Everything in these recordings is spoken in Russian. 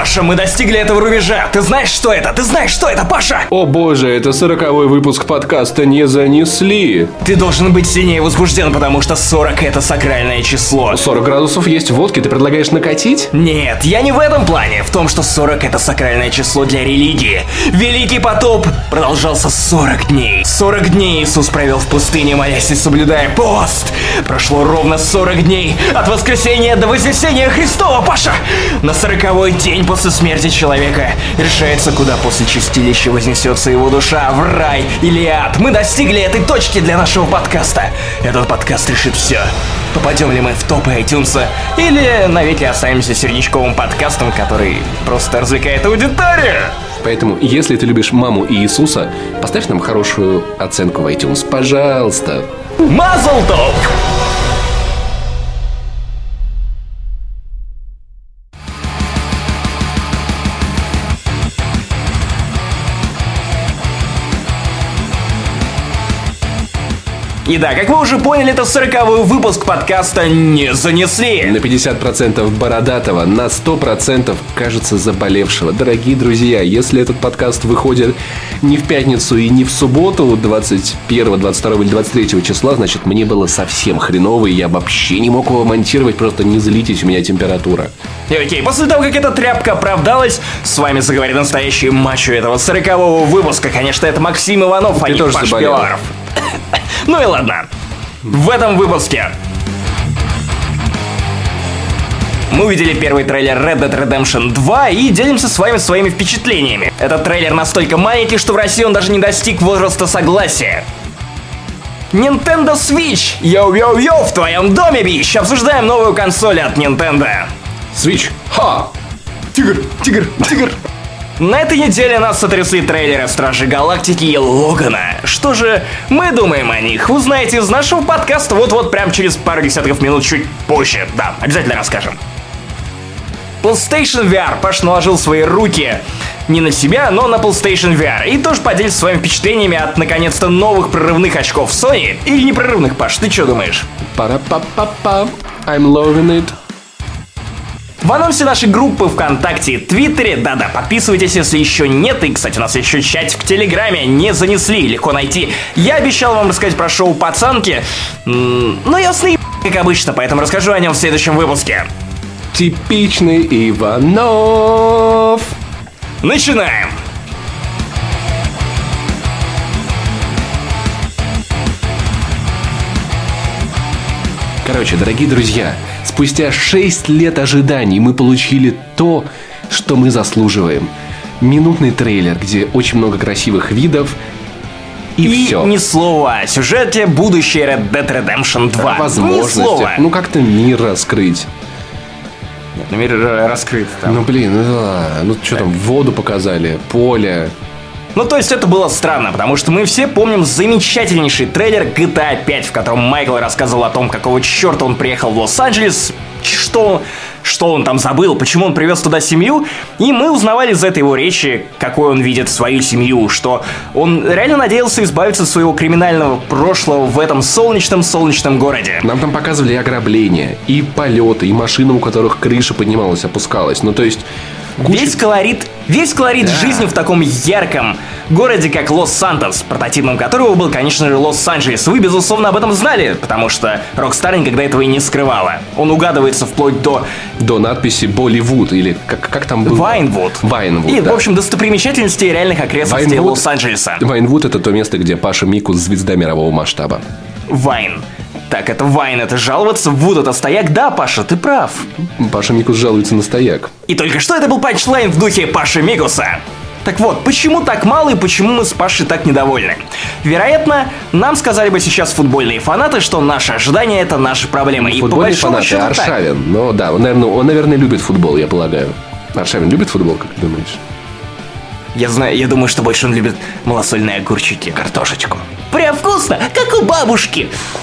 Паша, мы достигли этого рубежа. Ты знаешь, что это? Ты знаешь, что это, Паша? О боже, это 40-й выпуск подкаста «Не занесли». Ты должен быть сильнее возбужден, потому что 40 — это сакральное число. 40 градусов есть в водке, ты предлагаешь накатить? Нет, я не в этом плане. В том, что 40 — это сакральное число для религии. Великий потоп продолжался 40 дней. 40 дней Иисус провел в пустыне, молясь и соблюдая пост. Прошло ровно 40 дней от воскресения до вознесения Христова, Паша. На 40-й день после смерти человека решается, куда после чистилища вознесется его душа, в рай или ад. Мы достигли этой точки для нашего подкаста. Этот подкаст решит все. Попадем ли мы в топы iTunes, или навеки останемся сердечковым подкастом, который просто развлекает аудиторию. Поэтому, если ты любишь маму и Иисуса, поставь нам хорошую оценку в iTunes, пожалуйста. Мазл топ! И да, как вы уже поняли, это 40-й выпуск подкаста «Не занесли». На 50% бородатого, на 100% кажется заболевшего. Дорогие друзья, если этот подкаст выходит не в пятницу и не в субботу 21, 22 или 23 числа, значит, мне было совсем хреново, и я вообще не мог его монтировать, просто не злитесь, у меня температура. И окей, после того, как эта тряпка оправдалась, с вами заговорит настоящий мачо этого 40-го выпуска. Конечно, это Максим Иванов, а не Паш Пивоваров. Ну и ладно. В этом выпуске мы увидели первый трейлер Red Dead Redemption 2 и делимся с вами своими впечатлениями. Этот трейлер настолько маленький, что в России он даже не достиг возраста согласия. Nintendo Switch! Йоу-йоу-йоу, в твоем доме, бич! Обсуждаем новую консоль от Nintendo. Switch! Ха! Тигр! Тигр! Тигр! На этой неделе нас сотрясли трейлеры Стражей Галактики и Логана. Что же мы думаем о них, узнаете из нашего подкаста вот-вот прям через пару десятков минут чуть позже. Да, обязательно расскажем. PlayStation VR. Паш наложил свои руки не на себя, но на PlayStation VR. И тоже поделится своими впечатлениями от, наконец-то, новых прорывных очков Sony. Или не прорывных, Паш, ты что думаешь? Пара-па-па-па. I'm loving it. В анонсе нашей группы ВКонтакте и Твиттере, да-да, подписывайтесь, если еще нет, и, кстати, у нас еще чатик в Телеграме, не занесли, легко найти. Я обещал вам рассказать про шоу «Пацанки», но я сны, как обычно, поэтому расскажу о нем в следующем выпуске. Типичный Иванов. Начинаем! Короче, дорогие друзья, спустя 6 лет ожиданий мы получили то, что мы заслуживаем. Минутный трейлер, где очень много красивых видов, и все. Ни слова о сюжете будущей Red Dead Redemption 2. Возможности. Ни слова. Ну как-то мир раскрыть. Нет, ну мир раскрыт там. Ну блин, ну что там, воду показали, поле. Ну, то есть это было странно, потому что мы все помним замечательнейший трейлер GTA 5, в котором Майкл рассказывал о том, какого черта он приехал в Лос-Анджелес, что он там забыл, почему он привез туда семью, и мы узнавали из этой его речи, какой он видит свою семью, что он реально надеялся избавиться от своего криминального прошлого в этом солнечном городе. Нам там показывали и ограбления, и полеты, и машины, у которых крыша поднималась, опускалась, ну то есть... Весь колорит жизни в таком ярком городе, как Лос-Сантос, прототипом которого был, конечно же, Лос-Анджелес. Вы, безусловно, об этом знали, потому что Rockstar никогда этого и не скрывала. Он угадывается вплоть до надписи Болливуд, или как там было? Вайнвуд. И, да. В общем, достопримечательностей реальных окрестностей Лос-Анджелеса. Вайнвуд — это то место, где Паша Микус звезда мирового масштаба. Вайн. Так, это Вайн, это жаловаться, Вуд — это стояк. Да, Паша, ты прав. Паша Микус жалуется на стояк. И только что это был панчлайн в духе Паши Микуса. Так вот, почему так мало и почему мы с Пашей так недовольны? Вероятно, нам сказали бы сейчас футбольные фанаты, что наши ожидания — это наши проблемы. И футбольные фанаты, Аршавин. Ну да, он, наверное, любит футбол, я полагаю. Аршавин любит футбол, как ты думаешь? Я думаю, что больше он любит малосольные огурчики. Картошечку. Прям вкусно, как у бабушки.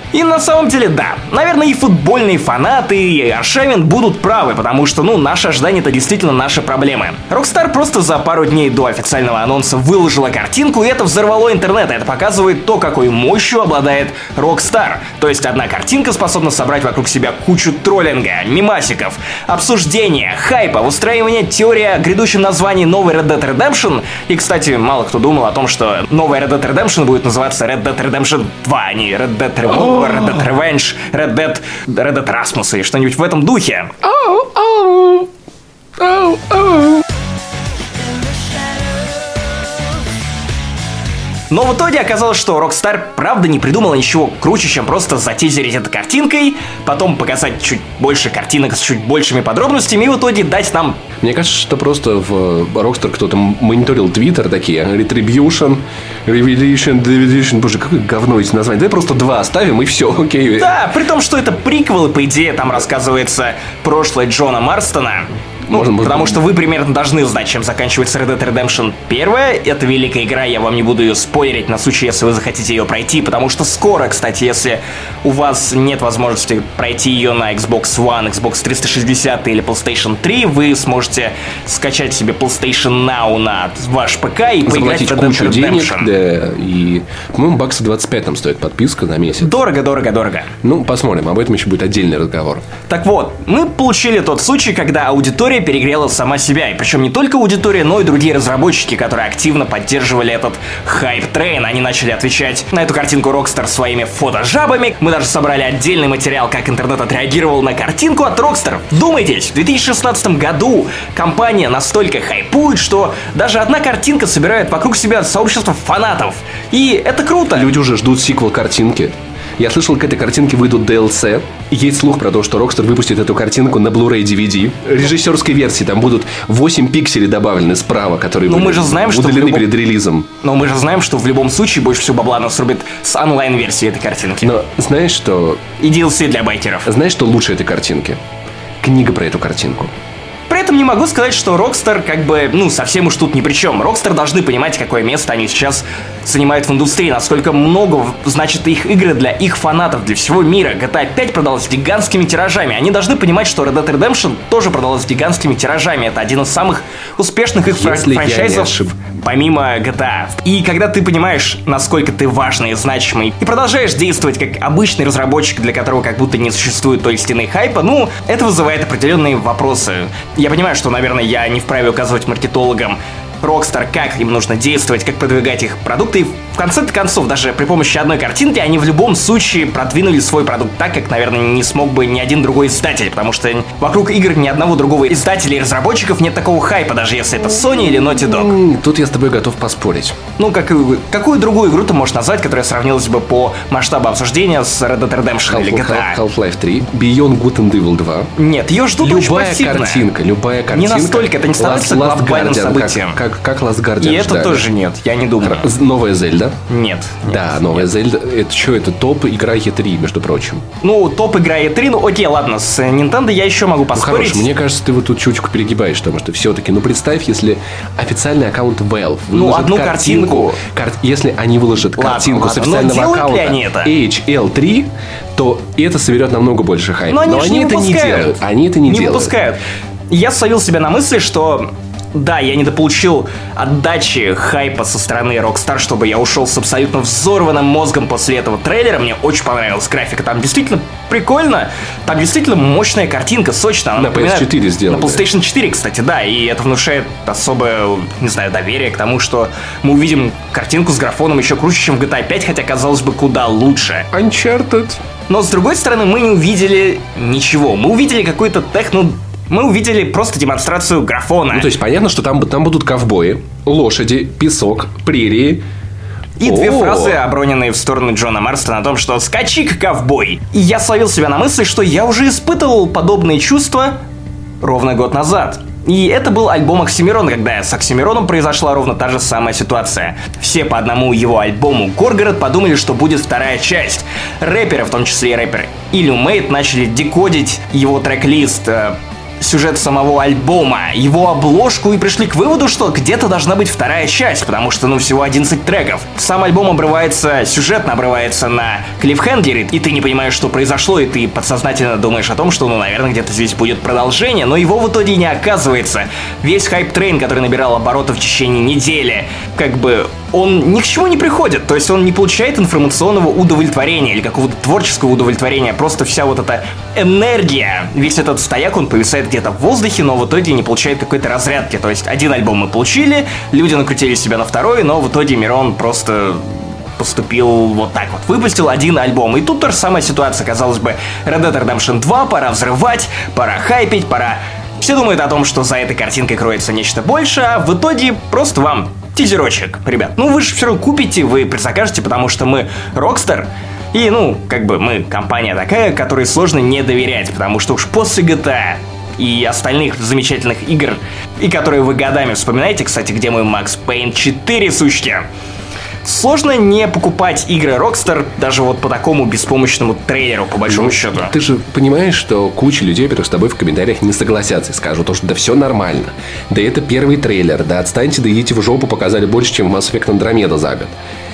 И на самом деле, да, наверное, и футбольные фанаты, и Аршавин будут правы, потому что, наши ожидания — это действительно наши проблемы. Rockstar просто за пару дней до официального анонса выложила картинку, и это взорвало интернет, и это показывает то, какой мощью обладает Rockstar. То есть одна картинка способна собрать вокруг себя кучу троллинга, мемасиков, обсуждения, хайпа, устраивания теории о грядущем названии новой Red Dead Redemption. И, кстати, мало кто думал о том, что новая Red Dead Redemption будет называться Red Dead Redemption 2, а не Red Dead Revolver, Red Dead Revenge, Red Dead Rasmus и что-нибудь в этом духе. Но в итоге оказалось, что Rockstar правда не придумала ничего круче, чем просто затизерить это картинкой, потом показать чуть больше картинок с чуть большими подробностями и в итоге дать нам... Мне кажется, что просто в Rockstar кто-то мониторил Twitter такие, Retribution, Revelation, Division, боже, какое говно эти названия. Давай просто 2 оставим и все, окей. Да, при том, что это приквел, и по идее там рассказывается прошлое Джона Марстона. Потому что вы примерно должны знать, чем заканчивается Red Dead Redemption 1. Это великая игра, я вам не буду ее спойлерить на случай, если вы захотите ее пройти, потому что скоро, кстати, если у вас нет возможности пройти ее на Xbox One, Xbox 360 или PlayStation 3, вы сможете скачать себе PlayStation Now на ваш ПК и поиграть в Red Dead Redemption. Денег, да, и, по-моему, баксов 25 там стоит подписка на месяц. Дорого. Посмотрим, об этом еще будет отдельный разговор. Так вот, мы получили тот случай, когда аудитория перегрела сама себя. И причем не только аудитория, но и другие разработчики, которые активно поддерживали этот хайп-трейн. Они начали отвечать на эту картинку Rockstar своими фотожабами. Мы даже собрали отдельный материал, как интернет отреагировал на картинку от Rockstar. Вдумайтесь, в 2016 году компания настолько хайпует, что даже одна картинка собирает вокруг себя сообщество фанатов. И это круто. Люди уже ждут сиквел картинки. Я слышал, к этой картинке выйдут DLC. Есть слух про то, что Rockstar выпустит эту картинку на Blu-ray DVD. Режиссерской версии там будут 8 пикселей добавлены справа, которые были удалены перед релизом. Но мы же знаем, что в любом случае больше всего бабла нас рубит с онлайн-версии этой картинки. Но знаешь, что... И DLC для байкеров. Знаешь, что лучше этой картинки? Книга про эту картинку. При этом не могу сказать, что Rockstar совсем уж тут ни при чем. Rockstar должны понимать, какое место они сейчас занимают в индустрии, насколько много значит их игры для их фанатов, для всего мира. GTA 5 продалась гигантскими тиражами. Они должны понимать, что Red Dead Redemption тоже продалась гигантскими тиражами. Это один из самых успешных их франчайзов, помимо GTA. И когда ты понимаешь, насколько ты важный и значимый, и продолжаешь действовать как обычный разработчик, для которого как будто не существует той стены хайпа, это вызывает определенные вопросы. Я понимаю, что, наверное, я не вправе указывать маркетологам Rockstar, как им нужно действовать, как продвигать их продукты. И в конце концов, даже при помощи одной картинки, они в любом случае продвинули свой продукт так, как, наверное, не смог бы ни один другой издатель, потому что вокруг игр ни одного другого издателя и разработчиков нет такого хайпа, даже если это Sony или Naughty Dog. Тут я с тобой готов поспорить. Какую другую игру ты можешь назвать, которая сравнилась бы по масштабу обсуждения с Red Dead Redemption или GTA? Half-Life 3, Beyond Good and Evil 2. Нет, ее ждут очень пассивно. Любая картинка. Не настолько, это не становится глобальным событием. Как Last Guardian. И это тоже нет, я не думаю. Новая Зельда? Нет. Да, новая Зельда. Это что, это топ игра E3, между прочим. Топ игра E3, окей, ладно, с Nintendo я еще могу поспорить. Мне кажется, ты вот тут чуточку перегибаешь, потому что все-таки, представь, если официальный аккаунт Valve выложит одну картинку. Если они выложат картинку с официального аккаунта HL3, то это соберет намного больше хайпа. Но они это не делают. Они это не делают. Выпускают. Я словил себя на мысли, что... Да, я недополучил отдачи хайпа со стороны Rockstar, чтобы я ушел с абсолютно взорванным мозгом после этого трейлера. Мне очень понравилась графика. Там действительно прикольно. Там действительно мощная картинка, сочная. Она на PS4 сделана. На PlayStation 4, кстати, да. И это внушает особое, доверие к тому, что мы увидим картинку с графоном еще круче, чем в GTA 5, хотя, казалось бы, куда лучше. Uncharted. Но, с другой стороны, мы не увидели ничего. Мы увидели какой-то Мы увидели просто демонстрацию графона. То есть понятно, что там будут ковбои, лошади, песок, прерии. И две фразы, оброненные в сторону Джона Марстона о том, что «скачи-ка, ковбой». И я словил себя на мысли, что я уже испытывал подобные чувства ровно год назад. И это был альбом Оксимирона, когда с Оксимироном произошла ровно та же самая ситуация. Все по одному его альбому Горгород подумали, что будет вторая часть. Рэперы, в том числе и рэпер Illumate, начали декодить его трек-лист сюжет самого альбома, его обложку и пришли к выводу, что где-то должна быть вторая часть, потому что, всего 11 треков. Сам альбом обрывается, сюжетно обрывается на клиффхенгере, и ты не понимаешь, что произошло, и ты подсознательно думаешь о том, что, наверное, где-то здесь будет продолжение, но его в итоге не оказывается. Весь хайп-трейн, который набирал обороты в течение недели, он ни к чему не приходит, то есть он не получает информационного удовлетворения или какого-то творческого удовлетворения, просто вся вот эта энергия, весь этот стояк, он повисает где-то в воздухе, но в итоге не получает какой-то разрядки, то есть один альбом мы получили, люди накрутили себя на второй, но в итоге Мирон просто поступил вот так вот, выпустил один альбом. И тут та же самая ситуация, казалось бы, Red Dead Redemption 2, пора взрывать, пора хайпить, пора... Все думают о том, что за этой картинкой кроется нечто большее, а в итоге просто вам тизерочек, ребят. Вы же все равно купите, вы предзакажете, потому что мы Rockstar, и, мы компания такая, которой сложно не доверять, потому что уж после GTA и остальных замечательных игр, и которые вы годами вспоминаете, кстати, где мой Max Payne 4, сучки, сложно не покупать игры Rockstar даже вот по такому беспомощному трейлеру, по большому счету. Ты же понимаешь, что куча людей, во-первых, с тобой в комментариях не согласятся и скажут, что да все нормально. Да это первый трейлер, да отстаньте, да идите в жопу, показали больше, чем в Mass Effect Andromeda за год.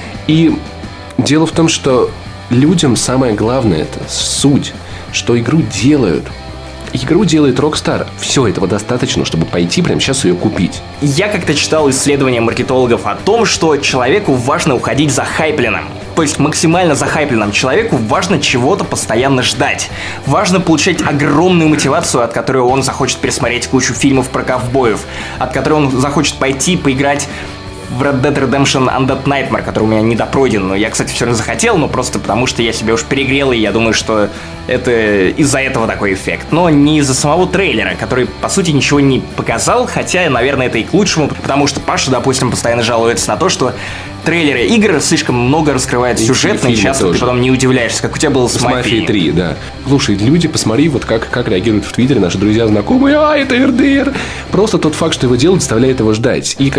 И дело в том, что людям самое главное это суть, что игру делают. Игру делает Rockstar. Все, этого достаточно, чтобы пойти прямо сейчас ее купить. Я как-то читал исследования маркетологов о том, что человеку важно уходить захайпленным. То есть максимально захайпленным человеку важно чего-то постоянно ждать. Важно получать огромную мотивацию, от которой он захочет пересмотреть кучу фильмов про ковбоев, от которой он захочет пойти поиграть в Red Dead Redemption Undead Nightmare, который у меня недопройден, но я, кстати, все равно захотел, но просто потому, что я себя уж перегрел, и я думаю, что это из-за этого такой эффект. Но не из-за самого трейлера, который, по сути, ничего не показал, хотя, наверное, это и к лучшему, потому что Паша, допустим, постоянно жалуется на то, что трейлеры игр слишком много раскрывают сюжетно, и часто тоже. Ты потом не удивляешься, как у тебя было с Мафией 3, да. Слушай, люди, посмотри, вот как реагируют в Твиттере наши друзья, знакомые, это РДР. Просто тот факт, что его делают, заставляет его ждать. И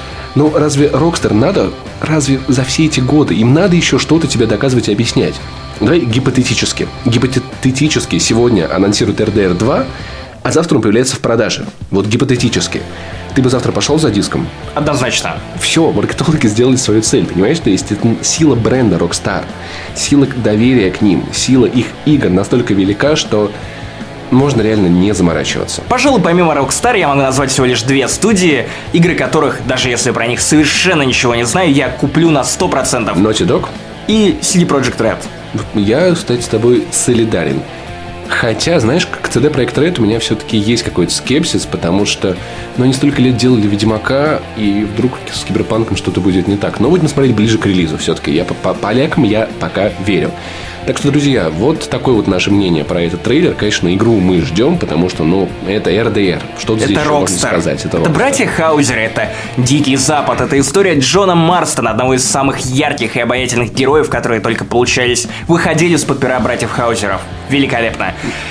разве Rockstar надо, разве за все эти годы им надо еще что-то тебе доказывать и объяснять? Давай гипотетически. Гипотетически сегодня анонсируют RDR 2, а завтра он появляется в продаже. Вот гипотетически. Ты бы завтра пошел за диском? Однозначно. Все, маркетологи сделали свою цель, понимаешь? То есть это сила бренда Rockstar, сила доверия к ним, сила их игр настолько велика, что можно реально не заморачиваться. Пожалуй, помимо Rockstar я могу назвать всего лишь две студии, игры которых, даже если про них совершенно ничего не знаю, я куплю на 100%. Naughty Dog и CD Projekt Red. Я, кстати, с тобой солидарен. Хотя, знаешь, к CD Projekt Red у меня все-таки есть какой-то скепсис, потому что они столько лет делали Ведьмака, и вдруг с Киберпанком что-то будет не так. Но будем смотреть ближе к релизу все-таки. По полякам я пока верю. Так что, друзья, вот такое вот наше мнение про этот трейлер. Конечно, игру мы ждем, потому что, это RDR. Что здесь еще можно сказать? Это братья Хаузеры, это Дикий Запад, это история Джона Марстона, одного из самых ярких и обаятельных героев, которые только выходили из-под пера братьев Хаузеров. Великолепно.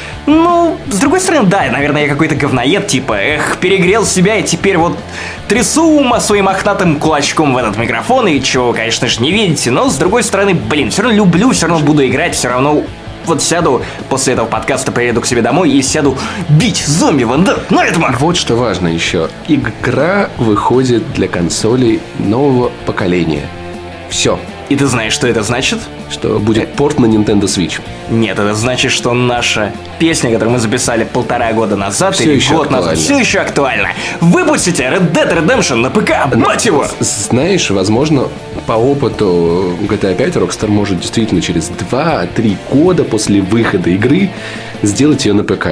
С другой стороны, да, наверное, я какой-то говноед, перегрел себя и теперь трясу своим мохнатым кулачком в этот микрофон, и чего вы, конечно же, не видите, но с другой стороны, все равно люблю, все равно буду играть, все равно сяду после этого подкаста, приеду к себе домой и сяду бить зомби в Undead Nightmare. Вот что важно еще. Игра выходит для консолей нового поколения. Все. И ты знаешь, что это значит? Что будет порт на Nintendo Switch. Нет, это значит, что наша песня, которую мы записали 1,5 года назад или год назад, все еще актуальна. Выпустите Red Dead Redemption на ПК, мать его! Знаешь, возможно, по опыту GTA 5 Rockstar может действительно через 2-3 года после выхода игры сделать ее на ПК.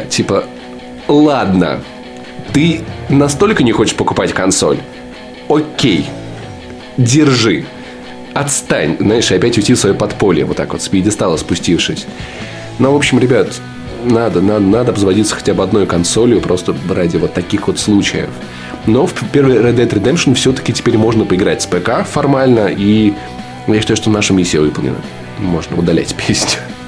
Ладно, ты настолько не хочешь покупать консоль? Окей, держи. Отстань, знаешь, и опять уйти в свое подполье, вот так вот, с пьедестала спустившись. В общем, ребят, надо обзаводиться хотя бы одной консолью, просто ради таких случаев. Но в первый Red Dead Redemption все-таки теперь можно поиграть с ПК формально, и я считаю, что наша миссия выполнена. Можно удалять песню.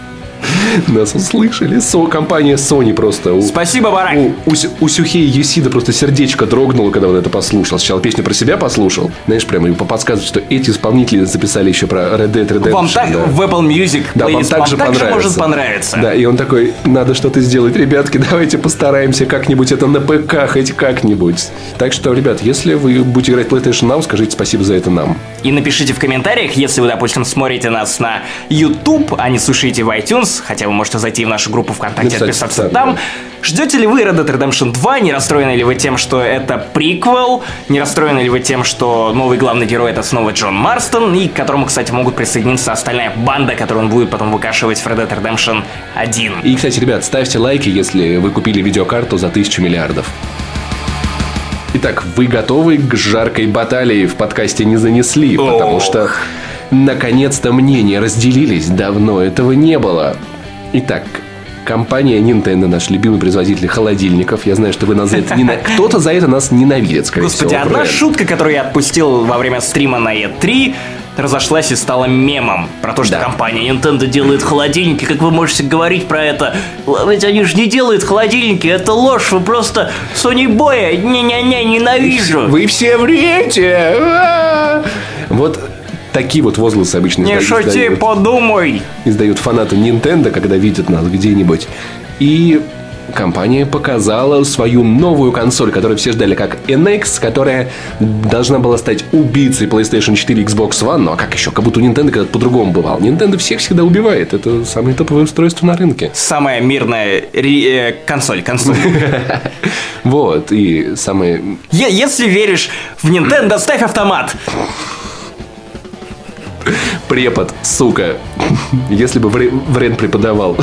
Нас услышали. Компания Sony просто. Спасибо, Барак. У Сюхея Есида просто сердечко дрогнуло, когда он это послушал. Сначала песню про себя послушал. Знаешь, прямо ему подсказывают, что эти исполнители записали еще про Red Dead Redemption. Вам так в Apple Music да, вам также может понравиться. Да, и он такой, надо что-то сделать, ребятки, давайте постараемся как-нибудь это на ПК, хоть как-нибудь. Так что, ребят, если вы будете играть в PlayStation Now, скажите спасибо за это нам. И напишите в комментариях, если вы, допустим, смотрите нас на YouTube, а не слушаете в iTunes, хотя вы можете зайти в нашу группу ВКонтакте, отписаться там. Ждете ли вы Red Dead Redemption 2? Не расстроены ли вы тем, что это приквел? Не расстроены ли вы тем, что новый главный герой это снова Джон Марстон, и к которому, кстати, могут присоединиться остальная банда, которую он будет потом выкашивать в Red Dead Redemption 1? И, кстати, ребят, ставьте лайки, если вы купили видеокарту за 1000 миллиардов. Итак, вы готовы к жаркой баталии в подкасте «Не занесли», потому что наконец-то мнения разделились, давно этого не было. Итак, компания Nintendo, наш любимый производитель холодильников. Я знаю, что вы нас за это кто-то за это нас ненавидит, скорее всего. Господи, одна шутка, которую я отпустил во время стрима на E3, разошлась и стала мемом. Про то, что компания Nintendo делает холодильники. Как вы можете говорить про это? Ведь они же не делают холодильники. Это ложь. Вы просто Sony Boy. Ненавижу. Вы все врете. Вот такие вот возгласы обычно не шути, подумай. Издают фанаты Nintendo, когда видят нас где-нибудь. И компания показала свою новую консоль, которую все ждали как NX, которая должна была стать убийцей PlayStation 4 и Xbox One. Ну а как еще? Как будто у Nintendo когда-то по-другому бывал. Nintendo всех всегда убивает. Это самое топовое устройство на рынке. Самая мирная консоль. Вот, и самое... Если веришь в Nintendo, ставь автомат. Препод, сука. Если бы Врен преподавал.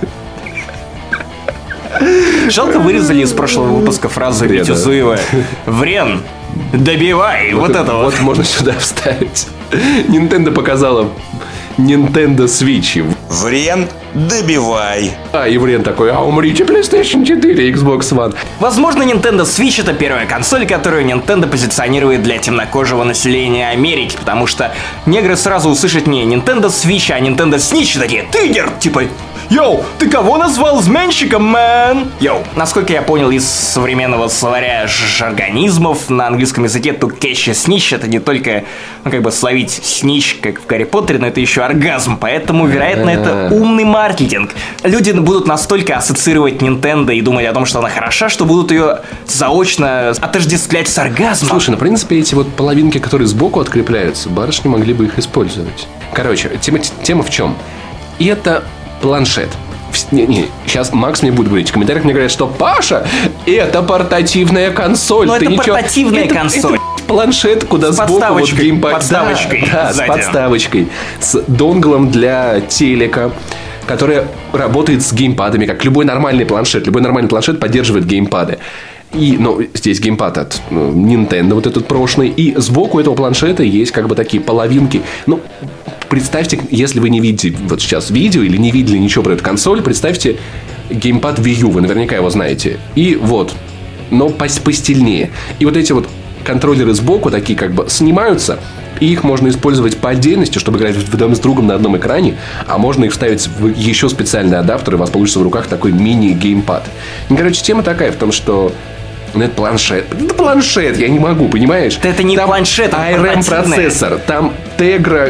Жалко, вырезали из прошлого выпуска фразу Витю Зуева. Врен, добивай. Вот это вот. Вот можно сюда вставить. Nintendo показала Nintendo Switch. Врен, добивай. И Врен такой, умрите PlayStation 4 и Xbox One. Возможно, Nintendo Switch это первая консоль, которую Nintendo позиционирует для темнокожего населения Америки, потому что негры сразу услышат не Nintendo Switch, а Nintendo Snitch, такие, тыгер, типа... Йоу, ты кого назвал изменщиком, мэн? Йоу, насколько я понял из современного словаря жаргонизмов на английском языке, то catch и snitch это не только, словить снич, как в Гарри Поттере, но это еще оргазм, поэтому, вероятно, это умный маркетинг. Люди будут настолько ассоциировать Nintendo и думать о том, что она хороша, что будут ее заочно отождествлять с оргазмом. Слушай, в принципе, эти вот половинки, которые сбоку открепляются, барышни могли бы их использовать. Короче, тема в чем? И это планшет. Сейчас Макс мне будет говорить. В комментариях мне говорят, что Паша, это портативная консоль. Но это портативная консоль. Это планшет, куда сбоку вот геймпад. Подставочкой. Да, с подставочкой. С донглом для телека, который работает с геймпадами, как любой нормальный планшет. Любой нормальный планшет поддерживает геймпады. И, здесь геймпад от Nintendo, вот этот прошлый. И сбоку этого планшета есть такие половинки. Представьте, если вы не видите вот сейчас видео или не видели ничего про эту консоль, представьте геймпад Wii U, вы наверняка его знаете. И вот, но постильнее. И вот эти вот контроллеры сбоку такие снимаются, и их можно использовать по отдельности, чтобы играть вдвоем с другом на одном экране, а можно их вставить в еще специальный адаптер, и у вас получится в руках такой мини-геймпад. И, тема такая в том, что это планшет. Это планшет, я не могу, понимаешь? Это не там планшет, это ARM-процессор, там Tegra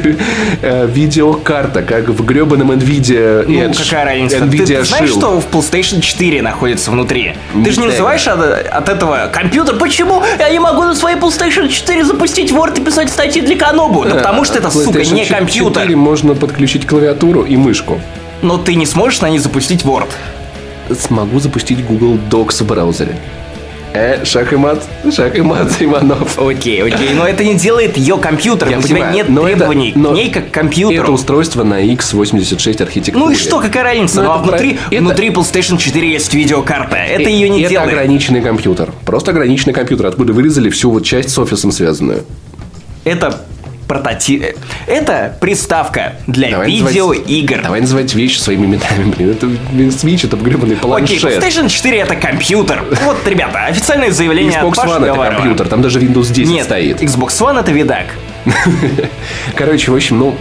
видеокарта, как в гребаном NVIDIA Edge. Какая разница? Ты знаешь, что в PlayStation 4 находится внутри? Ты же не называешь от этого компьютер? Почему я не могу на своей PlayStation 4 запустить Word и писать статьи для Канобу? Да потому что это, сука, не компьютер. 4 можно подключить клавиатуру и мышку. Но ты не сможешь на ней запустить Word. Смогу запустить Google Docs в браузере. Шах и мат, Иванов. Окей, но это не делает ее компьютером. У тебя нет требований к ней как к компьютеру. Это устройство на x86 архитектуре. Ну и что, какая разница? Внутри PlayStation 4 есть видеокарта. Это ее не делает. Это ограниченный компьютер. Просто ограниченный компьютер, откуда вырезали всю вот часть с офисом связанную. Это прототип. Это приставка для видеоигр. Давай называть вещи своими именами. Это Switch, это гребаный планшет. Окей, PlayStation 4 это компьютер. Вот, ребята, официальное заявление Xbox от Паши One это Говорова. компьютер, там даже Windows 10 стоит. Xbox One это видак. Короче, в общем,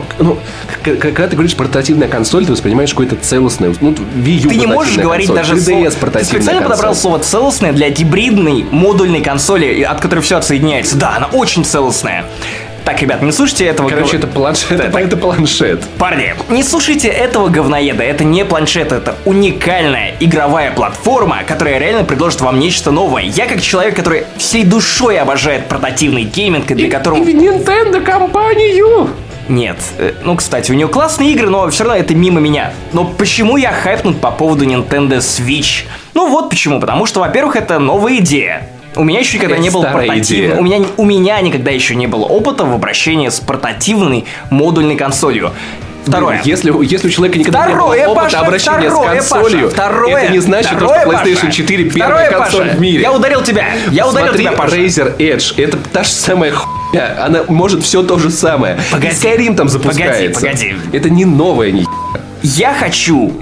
когда ты говоришь портативная консоль, ты воспринимаешь какое-то целостное. Wii U ты не можешь говорить консоль, даже 3DS слово. портативная Ты специально консоль. подобрал слово целостное для гибридной модульной консоли, от которой все отсоединяется. Да, она очень целостная. Так, ребят, не слушайте этого. Короче, это планшет. Это планшет. Парни, не слушайте этого говноеда. Это не планшет, это уникальная игровая платформа, которая реально предложит вам нечто новое. Я как человек, который всей душой обожает портативный гейминг, и для которого... И в Nintendo компанию! Нет. Кстати, у нее классные игры, но все равно это мимо меня. Но почему я хайпнут по поводу Nintendo Switch? Вот почему. Потому что, во-первых, это новая идея. У меня еще никогда не было портативной. У меня никогда еще не было опыта в обращении с портативной модульной консолью. Второе. Если у человека никогда не было опыта обращения с консолью, это не значит, что PlayStation 4 первая консоль в мире. Я ударил тебя. Смотри, Razer Edge, это та же самая хуйня. Она может все то же самое. Погоди. Skyrim там запускается. Погоди. Это не новая ни. Я хочу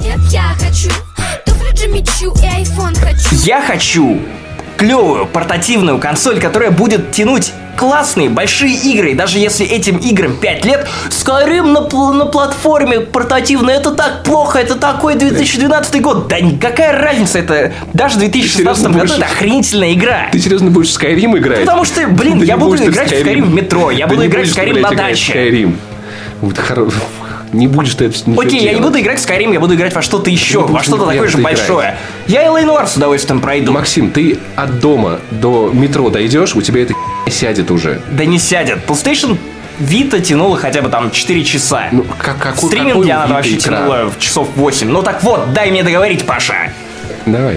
туфли Джимми Чу и айфон хочу. Я хочу клевую портативную консоль, которая будет тянуть классные большие игры. И даже если этим играм 5 лет, Skyrim на платформе портативной, это так плохо, это такой 2012 год. Да какая разница, это даже в 2016 году это охренительная игра. Ты серьезно будешь в Skyrim играть? Потому что, я буду играть в Skyrim в метро, я буду играть в Skyrim на даче. Не будешь ты это ничего Окей, делать. я не буду играть в Skyrim, я буду играть во что-то еще, во что-то такое же большое. Я L.A. Noire с удовольствием пройду. Максим, ты от дома до метро дойдешь, у тебя это сядет уже. Да не сядет. PlayStation Vita тянула хотя бы там 4 часа. Стриминг я вообще тянула в часов 8. Так вот, дай мне договорить, Паша. Давай.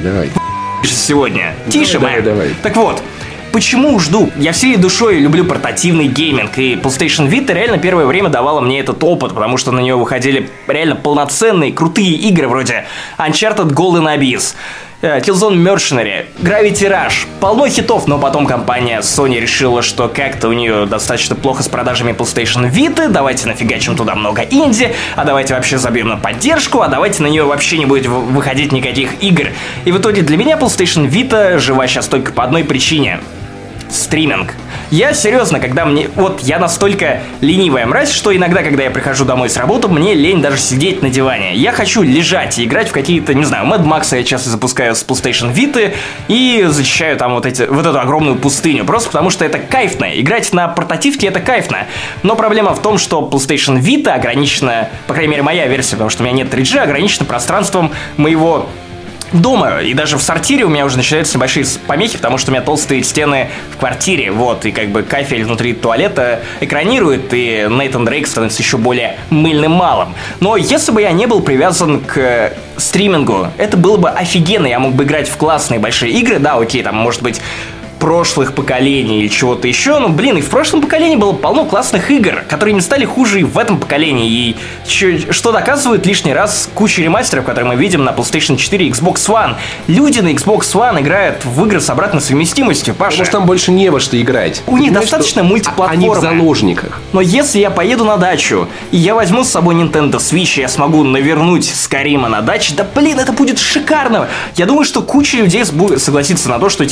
Сегодня. Тише, давай. Так вот. Почему жду? Я всей душой люблю портативный гейминг, и PlayStation Vita реально первое время давала мне этот опыт, потому что на нее выходили реально полноценные, крутые игры вроде Uncharted Golden Abyss, Killzone Mercenary, Gravity Rush. Полно хитов, но потом компания Sony решила, что как-то у нее достаточно плохо с продажами PlayStation Vita, давайте нафигачим туда много инди, а давайте вообще забьем на поддержку, а давайте на нее вообще не будет выходить никаких игр. И в итоге для меня PlayStation Vita жива сейчас только по одной причине. Стриминг. Я серьезно, когда мне... я настолько ленивая мразь, что иногда, когда я прихожу домой с работы, мне лень даже сидеть на диване. Я хочу лежать и играть в какие-то, не знаю, Mad Max я часто запускаю с PlayStation Vita и зачищаю там вот эту огромную пустыню. Просто потому что это кайфно. Играть на портативке это кайфно. Но проблема в том, что PlayStation Vita ограничена, по крайней мере, моя версия, потому что у меня нет 3G, ограничена пространством моего дома, и даже в сортире у меня уже начинаются небольшие помехи, потому что у меня толстые стены в квартире, и как бы кафель внутри туалета экранирует, и Нейтан Дрейк становится еще более мыльным малым. Но если бы я не был привязан к стримингу, это было бы офигенно, я мог бы играть в классные большие игры, да, окей, там, может быть, прошлых поколений или чего-то еще, и в прошлом поколении было полно классных игр, которые не стали хуже и в этом поколении, и что доказывает лишний раз куча ремастеров, которые мы видим на PlayStation 4 и Xbox One. Люди на Xbox One играют в игры с обратной совместимостью, Паша. Потому что там больше не во что играть. У них достаточно мультиплатформы. Они в заложниках. Но если я поеду на дачу, и я возьму с собой Nintendo Switch, и я смогу навернуть Skyrim на даче, да это будет шикарно. Я думаю, что куча людей согласится на то, что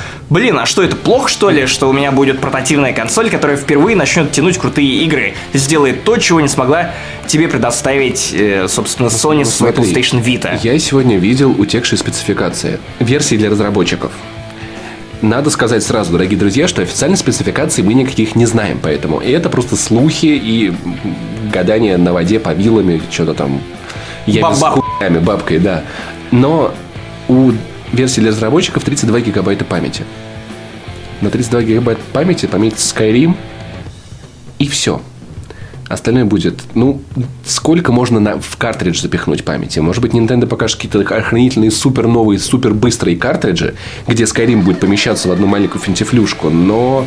а что, это плохо, что ли, что у меня будет портативная консоль, которая впервые начнет тянуть крутые игры, сделает то, чего не смогла тебе предоставить, собственно, Sony со своей PlayStation Vita. Я сегодня видел утекшие спецификации, версии для разработчиков. Надо сказать сразу, дорогие друзья, что официальной спецификации мы никаких не знаем, поэтому и это просто слухи и гадания на воде по вилами, что-то там... Бабкой, да. Но у версии для разработчиков 32 гигабайта памяти. На 32 гигабайта памяти поместится Skyrim, и все. Остальное будет... сколько можно в картридж запихнуть памяти? Может быть, Nintendo покажет какие-то охренительные, супер новые, супер быстрые картриджи, где Skyrim будет помещаться в одну маленькую финтифлюшку, но...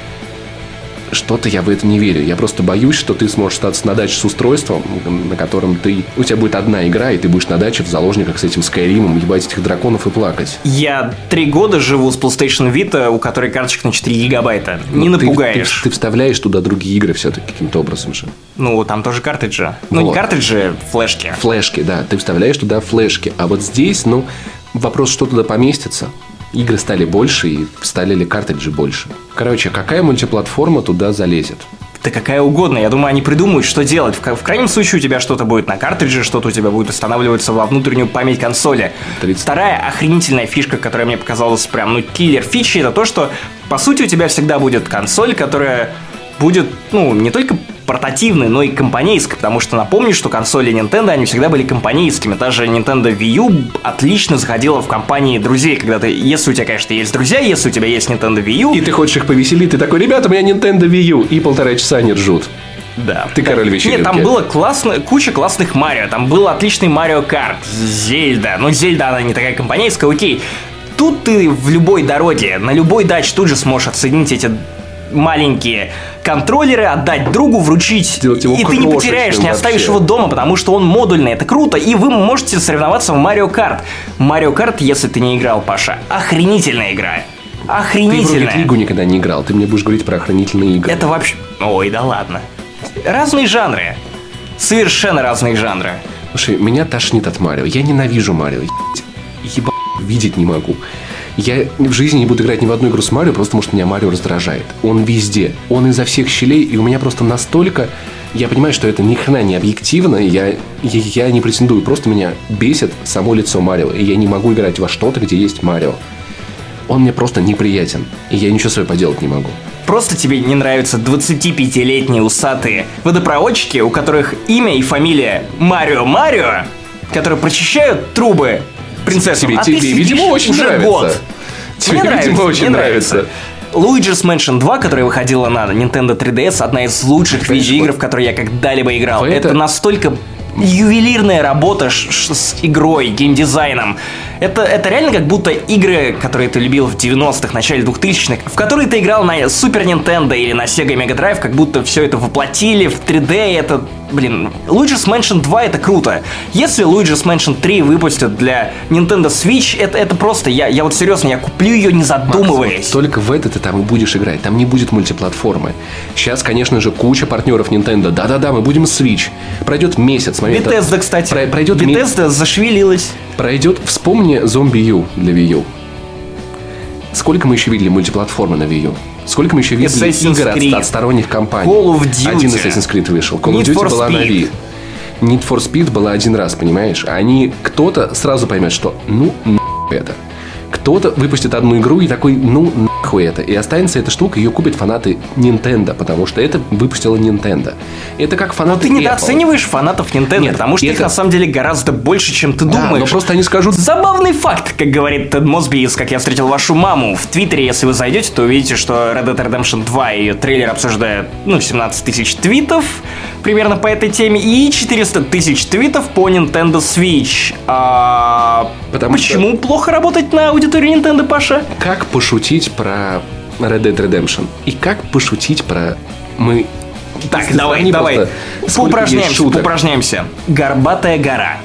Что-то я в это не верю. Я просто боюсь, что ты сможешь остаться на даче с устройством, на котором у тебя будет одна игра, и ты будешь на даче в заложниках с этим Скайримом, ебать этих драконов и плакать. Я 3 года живу с PlayStation Vita, у которой карточка на 4 гигабайта. Не напугаешь. Ты вставляешь туда другие игры все-таки каким-то образом же. Там тоже картриджи. Не картриджи, флешки. Флешки, да. Ты вставляешь туда флешки. А вот здесь, вопрос, что туда поместится. Игры стали больше и стали ли картриджи больше. Короче, какая мультиплатформа туда залезет? Да какая угодно. Я думаю, они придумают, что делать. В крайнем случае у тебя что-то будет на картридже, что-то у тебя будет устанавливаться во внутреннюю память консоли. 30. Вторая охренительная фишка, которая мне показалась прям, киллер фичи, это то, что, по сути, у тебя всегда будет консоль, которая будет, не только портативной, но и компанейской, потому что напомню, что консоли Nintendo, они всегда были компанейскими. Даже Nintendo Wii U отлично заходила в компании друзей, когда если у тебя, конечно, есть друзья, если у тебя есть Nintendo Wii U... И ты хочешь их повеселить, ты такой, ребята, у меня Nintendo Wii U, и 1,5 часа они ржут. Да. Ты король вечеринки. Нет, там было куча классных Марио, там был отличный Марио Карт, Зельда. Зельда, она не такая компанейская, окей. Тут ты в любой дороге, на любой даче тут же сможешь отсоединить эти маленькие контроллеры, отдать другу, вручить, и ты не потеряешь, не оставишь его дома, потому что он модульный, это круто, и вы можете соревноваться в Марио Карт. Марио Карт, если ты не играл, Паша, охренительная игра. Охренительная. Ты в Rocket League никогда не играл, ты мне будешь говорить про охренительные игры. Это вообще... Ой, да ладно. Разные жанры. Совершенно разные жанры. Слушай, меня тошнит от Марио. Я ненавижу Марио. Ебать, видеть не могу. Я в жизни не буду играть ни в одну игру с Марио, просто потому что меня Марио раздражает. Он везде. Он изо всех щелей, и у меня просто настолько... Я понимаю, что это ни хрена не объективно, я не претендую, просто меня бесит само лицо Марио, и я не могу играть во что-то, где есть Марио. Он мне просто неприятен, и я ничего с собой поделать не могу. Просто тебе не нравятся 25-летние усатые водопроводчики, у которых имя и фамилия Марио, которые прочищают трубы принцессам, тебе, видимо, очень уже нравится. Год. Тебе, видимо, очень нравится. Luigi's Mansion 2, которая выходила на Nintendo 3DS, одна из лучших видеоигр, в которые я когда-либо играл. Это настолько ювелирная работа с игрой, геймдизайном. Это реально как будто игры, которые ты любил в 90-х, начале 2000-х, в которые ты играл на Super Nintendo или на Sega Mega Drive, как будто все это воплотили в 3D. Это, Luigi's Mansion 2 это круто. Если Luigi's Mansion 3 выпустят для Nintendo Switch, это просто, я вот серьезно, я куплю ее не задумываясь. Макс, вот только в это ты там и будешь играть, там не будет мультиплатформы. Сейчас, конечно же, куча партнеров Nintendo. Да-да-да, мы будем Switch. Пройдет месяц. Bethesda, кстати. Bethesda зашевелилась. Вспомни Zombie U для Wii U. Сколько мы еще видели мультиплатформы на Wii U? Сколько мы еще видели игр от сторонних компаний? Call of Duty. Один Assassin's Creed вышел. Call of Duty была на Wii. Need for Speed была один раз, понимаешь? Кто-то сразу поймет, что это. Кто-то выпустит одну игру и такой, нахуй это. И останется эта штука, ее купят фанаты Nintendo, потому что это выпустила Nintendo. Это как фанаты Apple. Ты недооцениваешь фанатов Nintendo, Нет, потому что их на самом деле гораздо больше, чем ты думаешь. Но просто они скажут... Забавный факт, как говорит Тед Мосби из «Как я встретил вашу маму». В Твиттере, если вы зайдете, то увидите, что Red Dead Redemption 2 и ее трейлер обсуждает, 17 тысяч твитов примерно по этой теме и 400 тысяч твитов по Nintendo Switch. Почему плохо работать на аудитории Nintendo, Паша? Как пошутить про Red Dead Redemption? И как пошутить про... Так, давай. Поупражняемся. Горбатая гора.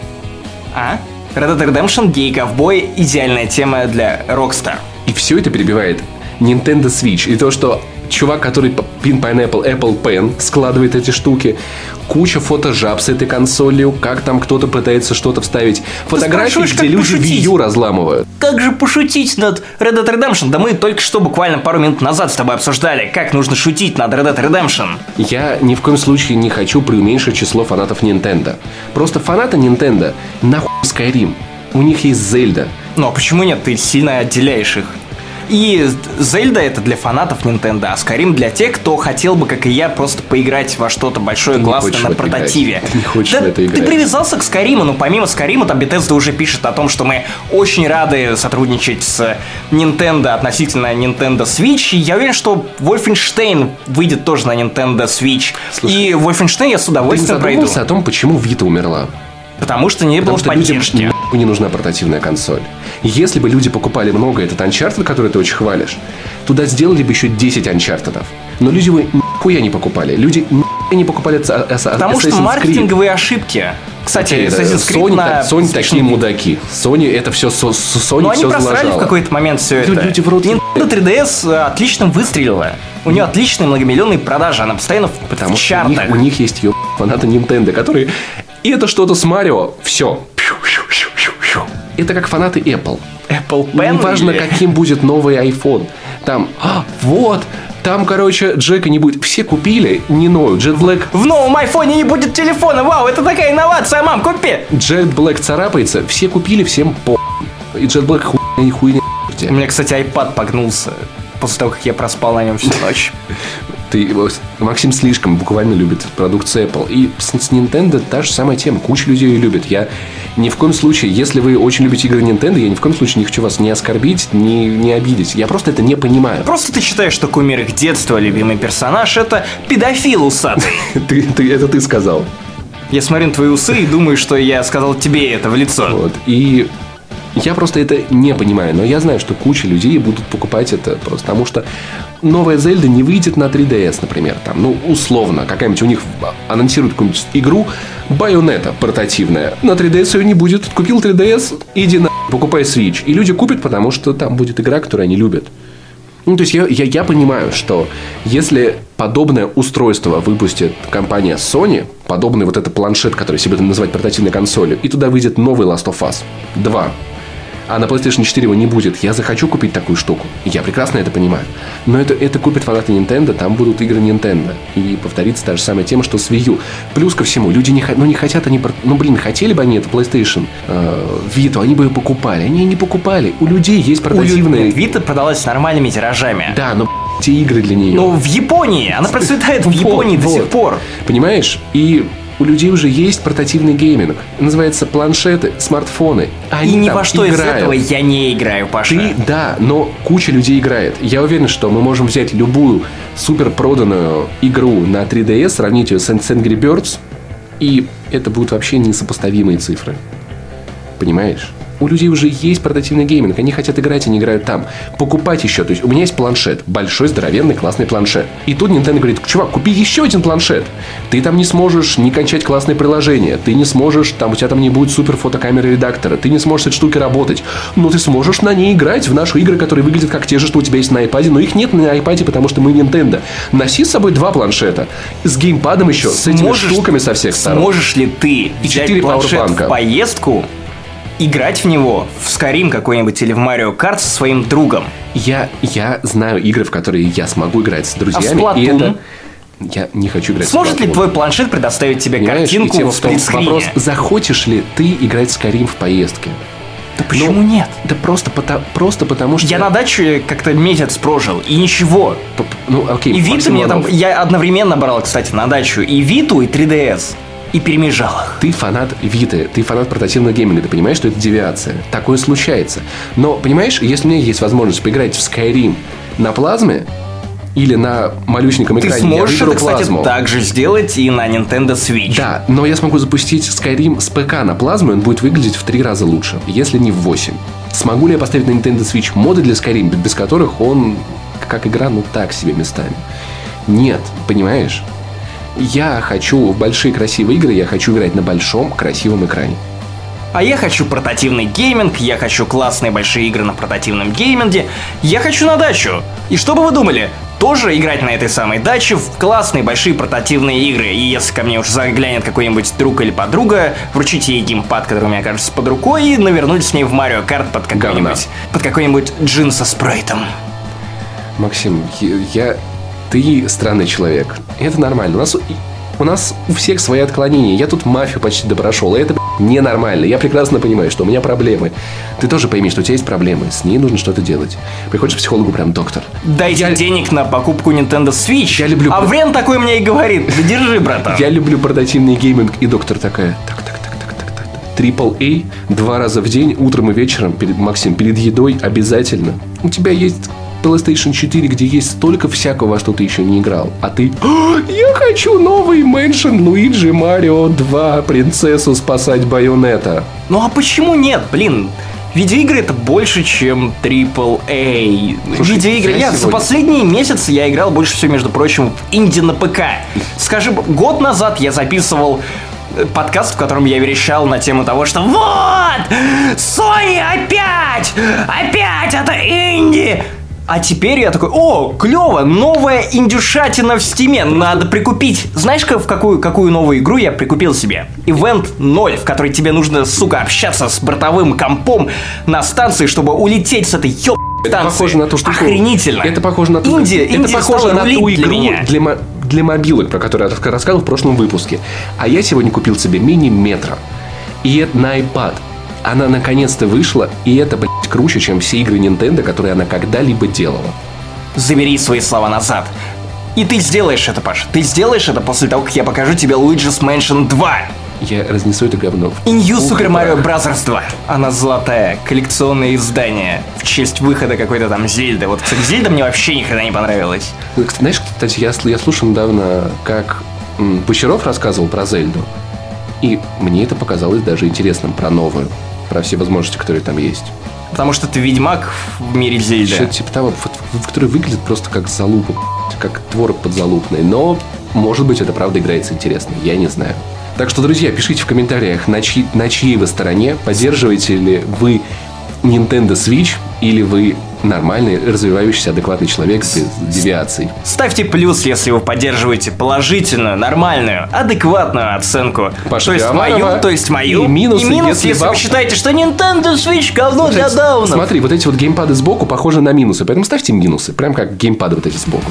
Red Dead Redemption, гей-ковбой, идеальная тема для Rockstar. И все это перебивает Nintendo Switch. И то, что чувак, который Pin Pineapple Apple Pen складывает эти штуки, куча фотожаб с этой консолью, как там кто-то пытается что-то вставить. Фотографии, где люди Wii U разламывают. Как же пошутить над Red Dead Redemption? Да мы только что буквально пару минут назад с тобой обсуждали, как нужно шутить над Red Dead Redemption. Я ни в коем случае не хочу преуменьшить число фанатов Nintendo. Просто фанаты Nintendo нахуй Skyrim. У них есть Зельда. А почему нет? Ты сильно отделяешь их. И Зельда это для фанатов Nintendo, а Skyrim для тех, кто хотел бы, как и я, просто поиграть во что-то большое, классное на портативе. Ты не хочешь в это играть. Ты привязался к Skyrim, но помимо Skyrim, там Bethesda уже пишет о том, что мы очень рады сотрудничать с Nintendo относительно Nintendo Switch. И я уверен, что Wolfenstein выйдет тоже на Nintendo Switch. Слушай, и Wolfenstein я с удовольствием пройду. Ты задумался о том, почему Vita умерла? Потому что не было поддержки. Людям не нужна портативная консоль. Если бы люди покупали много этот Uncharted, который ты очень хвалишь, туда сделали бы еще 10 Uncharted. Но люди его нихуя не покупали. Люди не покупали Assassin's Creed. Потому что маркетинговые ошибки. Кстати, Assassin's Creed Sony такие мудаки. Sony это все Sony все заложало. Но они просрали в какой-то момент все это. Люди в рот. Nintendo 3DS отлично выстрелила. У нее отличные многомиллионные продажи. Она постоянно в чартах. Потому что у них есть фанаты Nintendo, которые... И это что-то с Марио. Все. Это как фанаты Apple. Apple Pen? Неважно, каким будет новый iPhone. Там, там, короче, Джека не будет. Все купили, не ноют. Jet Black... В новом айфоне не будет телефона. Вау, это такая инновация, мам, купи. Jet Black царапается, все купили, всем по. И Jet Black хуйня. У меня, кстати, iPad погнулся после того, как я проспал на нем всю ночь. Максим слишком буквально любит продукцию Apple. И с Nintendo та же самая тема. Куча людей ее любит. Я ни в коем случае, если вы очень любите игры Nintendo, я ни в коем случае не хочу вас не оскорбить, не обидеть. Я просто это не понимаю. Просто ты считаешь, что кумир их детства, любимый персонаж, это педофил усатый. Это ты сказал. Я смотрю на твои усы и думаю, что я сказал тебе это в лицо. Вот. И я просто это не понимаю. Но я знаю, что куча людей будут покупать это просто потому, что новая Зельда не выйдет на 3DS, например. Там, ну, условно, какая-нибудь у них анонсируют какую-нибудь игру Байонета портативная. На 3DS ее не будет. Купил 3DS, иди на покупай Switch. И люди купят, потому что там будет игра, которую они любят. Ну, то есть я понимаю, что если подобное устройство выпустит компания Sony, подобный вот этот планшет, который себе будем называть портативной консолью, и туда выйдет новый Last of Us 2, а на PlayStation 4 его не будет, я захочу купить такую штуку. Я прекрасно это понимаю. Но это купят фанаты Nintendo, там будут игры Nintendo. И повторится та же самая тема, что с Wii U. Плюс ко всему, люди не хотят, хотели бы они это PlayStation Vita, они бы ее покупали. Они не покупали. У людей есть портативные... Vita продалась с нормальными тиражами. Да, но те игры для нее. Но в Японии, она процветает в Японии до сих пор. Понимаешь? И у людей уже есть портативный гейминг. Называется планшеты, смартфоны. Они и ни во что играют. Из этого я не играю, Паша. Да, но куча людей играет. Я уверен, что мы можем взять любую супер проданную игру на 3DS, сравнить ее с Angry Birds, и это будут вообще несопоставимые цифры. Понимаешь? У людей уже есть портативный гейминг. Они хотят играть, они играют там. Покупать еще. То есть у меня есть планшет. Большой, здоровенный, классный планшет. И тут Nintendo говорит: чувак, купи еще один планшет. Ты там не сможешь не кончать классные приложения. Ты не сможешь, у тебя там не будет супер фотокамеры редактора. Ты не сможешь с этой штукой работать. Но ты сможешь на ней играть в наши игры, которые выглядят как те же, что у тебя есть на iPad. Но их нет на iPad, потому что мы Nintendo. Носи с собой 2 планшета. С геймпадом еще. С этими штуками со всех сторон. Сможешь ли ты взять 4 планшет в поездку, играть в него, в Skyrim какой-нибудь или в Mario Kart со своим другом? Я знаю игры, в которые я смогу играть с друзьями. А в и это... Я не хочу играть Сможет ли твой планшет предоставить тебе картинку в сплитскрине? Вопрос, захочешь ли ты играть в Skyrim в поездке? Да почему нет? Да просто потому, что... Я на даче как-то месяц прожил, и ничего. Окей. И Виту мне там... Я одновременно брал, кстати, на дачу и Виту, и 3DS. И перемежал их. Ты фанат Виты, ты фанат портативного гейминга, ты понимаешь, что это девиация. Такое случается. Но, понимаешь, если у меня есть возможность поиграть в Skyrim на плазме или на малюсеньком экране, ты сможешь я выберу это, кстати, плазму. так же сделать и на Nintendo Switch. Да, но я смогу запустить Skyrim с ПК на плазму, и он будет выглядеть в 3 раза лучше, если не в 8. Смогу ли я поставить на Nintendo Switch моды для Skyrim, без которых он, как игра, так себе местами? Нет, понимаешь? Я хочу в большие красивые игры, я хочу играть на большом красивом экране. А я хочу портативный гейминг, я хочу классные большие игры на портативном гейминге, я хочу на дачу. И что бы вы думали? Тоже играть на этой самой даче в классные большие портативные игры. И если ко мне уж заглянет какой-нибудь друг или подруга, вручить ей геймпад, который у меня окажется под рукой, и навернуть с ней в Mario Kart под какой-нибудь джин со спрейтом. Максим, ты странный человек. Это нормально. У нас у всех свои отклонения. Я тут мафию почти допрошел, и это ненормально. Я прекрасно понимаю, что у меня проблемы. Ты тоже пойми, что у тебя есть проблемы. С ней нужно что-то делать. Приходишь к психологу, прям: доктор, дайте денег на покупку Nintendo Switch. Я люблю... А Врен такой мне и говорит: да держи, братан. Я люблю портативный гейминг. И доктор такая: AAA 2 раза в день, утром и вечером, Максим, перед едой обязательно. У тебя есть PlayStation 4, где есть столько всякого, во что ты еще не играл. А ты: я хочу новый Mansion Luigi Mario 2, принцессу спасать Байонета. Ну а почему нет, блин? Видеоигры — это больше, чем AAA. Слушай, видеоигры. За последние месяцы я играл больше всего, между прочим, в инди на ПК. Скажем, год назад я записывал подкаст, в котором я верещал на тему того, что вот! Sony опять это инди! А теперь я такой, о, клево, новая индюшатина в стиме, надо прикупить. Знаешь, в какую новую игру я прикупил себе? Event 0, в которой тебе нужно, сука, общаться с бортовым компом на станции, чтобы улететь с этой станции. Это похоже на ту штуку. Охренительно. Это похоже на ту игру для мобилок, про которую я рассказывал в прошлом выпуске. А я сегодня купил себе мини-метро. И это на iPad. Она наконец-то вышла, и это, блядь, круче, чем все игры Nintendo, которые она когда-либо делала. Забери свои слова назад. И ты сделаешь это, Паш. Ты сделаешь это после того, как я покажу тебе Luigi's Mansion 2. Я разнесу это говно. И New Super Mario Bros. 2. Она золотая, коллекционное издание в честь выхода какой-то там Зельды. Вот, кстати, Зельда мне вообще ни хрена не понравилась. Знаешь, кстати, я слушал недавно, как Бочаров рассказывал про Зельду. И мне это показалось даже интересным, про новую. Про все возможности, которые там есть. Потому что ты ведьмак в мире Зельды. Что-то типа того, который выглядит просто как залупа, как творог подзалупный. Но, может быть, это правда играется интересно. Я не знаю. Так что, друзья, пишите в комментариях, на чьей вы стороне. Поддерживаете ли вы Nintendo Switch или вы нормальный, развивающийся, адекватный человек без девиаций. Ставьте плюс, если вы поддерживаете положительную, нормальную, адекватную оценку. Паша то есть Пивоварова, мою. И минус, если вы считаете, что Nintendo Switch говно для даунов. Смотри, вот эти вот геймпады сбоку похожи на минусы, поэтому ставьте минусы, прям как геймпады вот эти сбоку.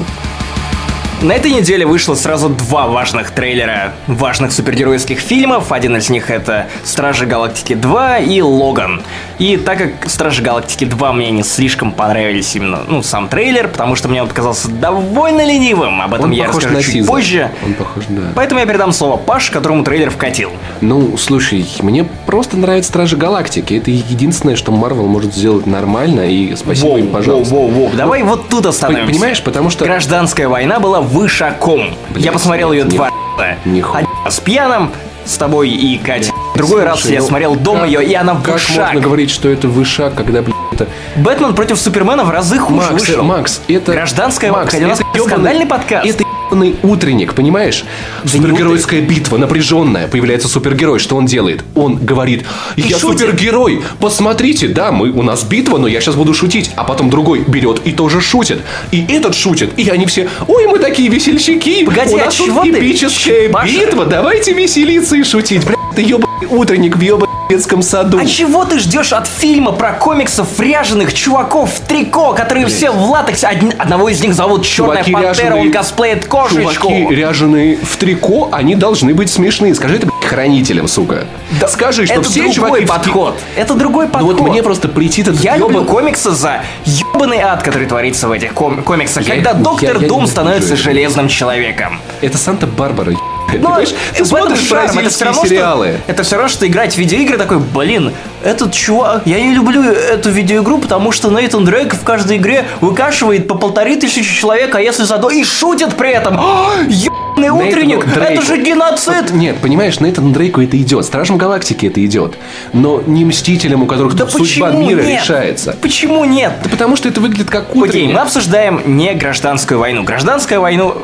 На этой неделе вышло сразу два важных трейлера важных супергеройских фильмов. Один из них это «Стражи Галактики 2» и «Логан». И так как «Стражи Галактики 2» мне не слишком понравились именно, сам трейлер, потому что мне он показался довольно ленивым. Об этом я расскажу чуть позже. Он похож, да. Поэтому я передам слово Паш, которому трейлер вкатил. Ну, слушай, мне просто нравятся «Стражи Галактики». Это единственное, что Marvel может сделать нормально, и спасибо им, пожалуйста. Давай вот тут остановимся. Понимаешь, потому что... «Гражданская война» была вышаком. Я посмотрел ее два раза. Один с пьяным, с тобой и Катей. Другой раз я смотрел дома ее, и она как вышак. Как можно говорить, что это вышак, когда, это... «Бэтмен против Супермена» в разы хуже вышел. Макс, это... «Гражданская война». Это скандальный подкаст. Это ебаный утренник, понимаешь? Супергеройская битва, напряженная. Появляется супергерой. Что он делает? Он говорит: я супергерой, посмотрите, да, у нас битва, но я сейчас буду шутить. А потом другой берет и тоже шутит. И этот шутит. И они все: ой, мы такие весельчаки. Погоди, у нас тут эпическая битва. Давайте веселиться и шутить. Бля, ты ебаный утренник в ебаном детском саду. А чего ты ждешь от фильма про комиксов ряженых чуваков в трико, которые все в латексе? Одного из них зовут Черная Пантера, он косплеит кошечку. Чуваки, ряженые в трико, они должны быть смешные. Скажи это, блядь, хранителям, сука. Да, скажи, что это все другой чуваки... подход. Это другой подход. Ну вот мне просто прийти этот Я люблю комиксы за ебаный ад, который творится в этих комиксах, когда Доктор Дум становится железным человеком. Это Санта-Барбара. Но ты смотришь бразильские сериалы. Это все равно, что играть в видеоигры такой: блин, этот чувак, я не люблю эту видеоигру, потому что Нейтан Дрейк в каждой игре выкашивает по 1500 человек, а если за и шутит при этом. Ебаный утренник, это же геноцид. Нет, понимаешь, Нейтану Дрейку это идет, Стражам Галактики это идет, но не Мстителям, у которых судьба мира решается. Почему нет? Да потому что это выглядит как утренник. Окей, мы обсуждаем не «Гражданскую войну». «Гражданская война»,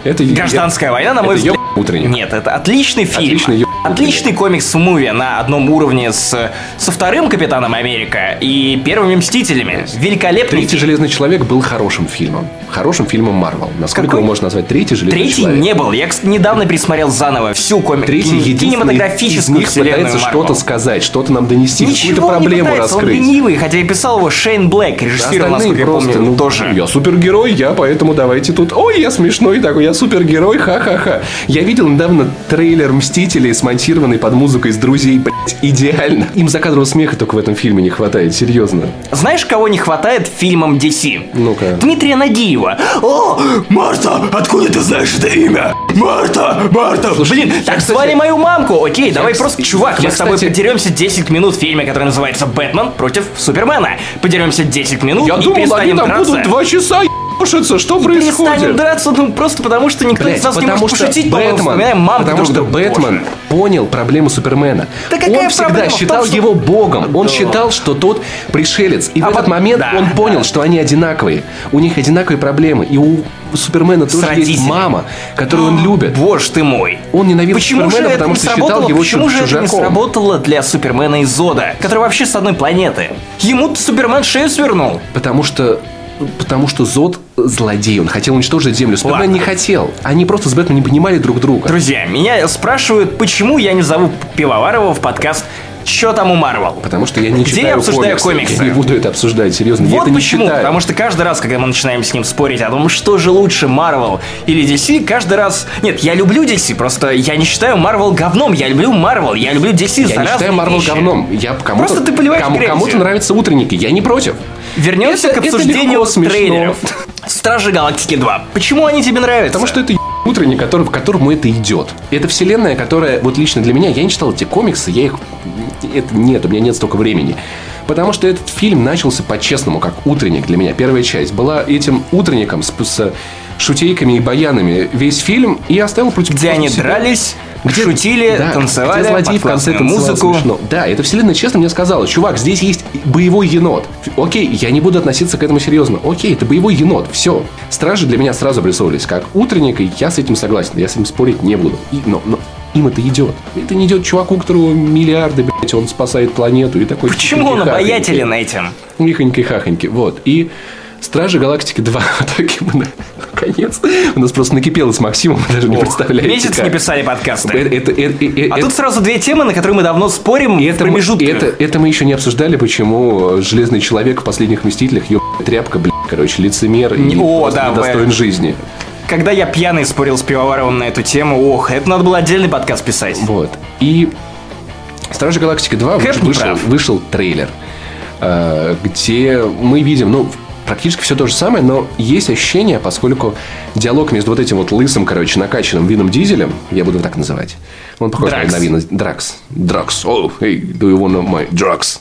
на мой взгляд... Утренник. Нет, это отличный фильм. Отличный комикс-муви на одном уровне со вторым Капитаном Америка и первыми Мстителями. Великолепный Третий Железный Человек был хорошим фильмом. Хорошим фильмом Марвел. Насколько его можно назвать Третий Железный Человек? Третий не был. Я, кстати, недавно пересмотрел заново всю кинематографическую вселенную пытается что-то сказать, что-то нам донести, какую-то проблему раскрыть. Он ленивый, хотя я писал его Шейн Блэк, режиссировал, насколько я помню, тоже. Я супергерой, поэтому давайте тут... Ой, я смешной такой, я супергерой, ха-ха-ха. Я видел недавно трейлер Мстителей, смонтированный под музыкой из «Друзей», блять, идеально. Им закадрового смеха только в этом фильме не хватает, серьезно. Знаешь, кого не хватает фильмам DC? Ну-ка. Дмитрия Нагиева. О, Марта, откуда ты знаешь это имя? Марта. Слушай, блин, так звали мою мамку. Окей, давай просто, чувак, мы с тобой подеремся 10 минут в фильме, который называется «Бэтмен против Супермена». Подеремся 10 минут и перестанем драться. Я думал, они там будут 2 часа что происходит? Перестанем драться, просто потому что никто из нас не может пошутить, потому что Бэтмен понял проблему Супермена. Он всегда считал его богом. Он считал, что тот пришелец. И в этот момент он понял, что они одинаковые. У них одинаковые проблемы. И у Супермена тоже есть мама, которую он любит. Боже ты мой. Он ненавидит Супермена, потому что считал его чужаком. Почему же это не сработало для Супермена и Зода, который вообще с одной планеты? Ему Супермен шею свернул. Потому что Потому что Зод злодей, он хотел уничтожить Землю. Супермен Ладно. не хотел. Они просто с Бэтменом не понимали друг друга. Друзья, меня спрашивают, почему я не зову Пивоварова в подкаст «Чё там у Марвел?». Потому что я не Где читаю я обсуждаю комиксы? Я не буду это обсуждать, серьезно. Я Вот это не почему, читаю. потому что каждый раз, когда мы начинаем с ним спорить о том, что же лучше, Marvel или DC, каждый раз... Нет, я люблю DC, просто я не считаю Marvel говном, я люблю Marvel, я люблю DC за Я не разные считаю Марвел вещи. говном. Я кому-то, Просто ты поливаешь грязью. кому-то нравятся утренники, я не против. Вернемся Это к обсуждению легко, смешно. трейлеров. Стражи Галактики 2. Почему они тебе нравятся? Потому что это утренник, в которому это идет. Это вселенная, которая, вот лично для меня, я не читал эти комиксы, я их... Это нет, у меня нет столько времени. Потому что этот фильм начался по-честному, как утренник для меня. Первая часть была этим утренником с шутейками и баянами весь фильм, и оставил против... Где они дрались, шутили, да, танцевали, где злодей под в конце классную танцевал музыку. смешно. Да, эта вселенная честно мне сказала: чувак, здесь есть боевой енот. Окей, я не буду относиться к этому серьезно. Окей, это боевой енот, все. Стражи для меня сразу обрисовывались как утренник, и я с этим согласен, я с этим спорить не буду. Но им это идет. Это не идет чуваку, у которого миллиарды, блядь, он спасает планету и такой... Почему он обаятелен этим? Хихоньки-хахоньки, вот. И Стражи Галактики 2 в итоге мы наконец... У нас просто накипело с Максимом, вы даже не представляете. Месяц как. не писали подкасты. А тут сразу две темы, на которые мы давно спорим в промежутках. Это мы еще не обсуждали, почему Железный Человек в последних Мстителях, тряпка, блядь, короче, лицемер и недостоин жизни. Когда я пьяный спорил с Пивоваровым на эту тему, это надо было отдельный подкаст писать. Вот. И Стражи Галактики 2 вышел трейлер, где мы видим, практически все то же самое, но есть ощущение, поскольку диалог между вот этим вот лысым, накачанным Вином Дизелем, я буду так называть, он похож на Вина... Дракс. Oh, hey, do you want my drugs?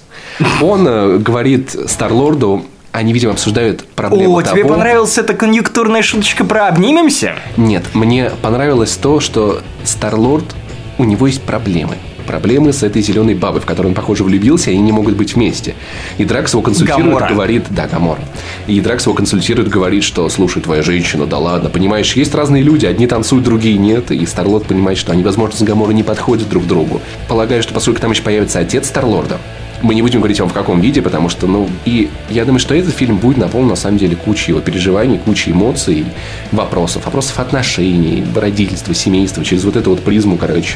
Он говорит Старлорду, они, видимо, обсуждают проблему того... тебе понравилась эта конъюнктурная шуточка про «обнимемся»? Нет, мне понравилось то, что Старлорд, у него есть проблемы. Проблемы с этой зеленой бабой, в которую он, похоже, влюбился, и они не могут быть вместе. И Дракс его консультирует, говорит... Да, Гамора. И Дракс его консультирует, говорит, что, слушай, твоя женщина, да ладно, понимаешь, есть разные люди, одни танцуют, другие нет. И Старлорд понимает, что они, возможно, с Гаморой не подходят друг к другу. Полагаю, что поскольку там еще появится отец Старлорда, мы не будем говорить вам в каком виде, потому что, и я думаю, что этот фильм будет наполнен, на самом деле, кучей его переживаний, кучей эмоций, вопросов отношений, родительства, семейства, через вот эту вот призму,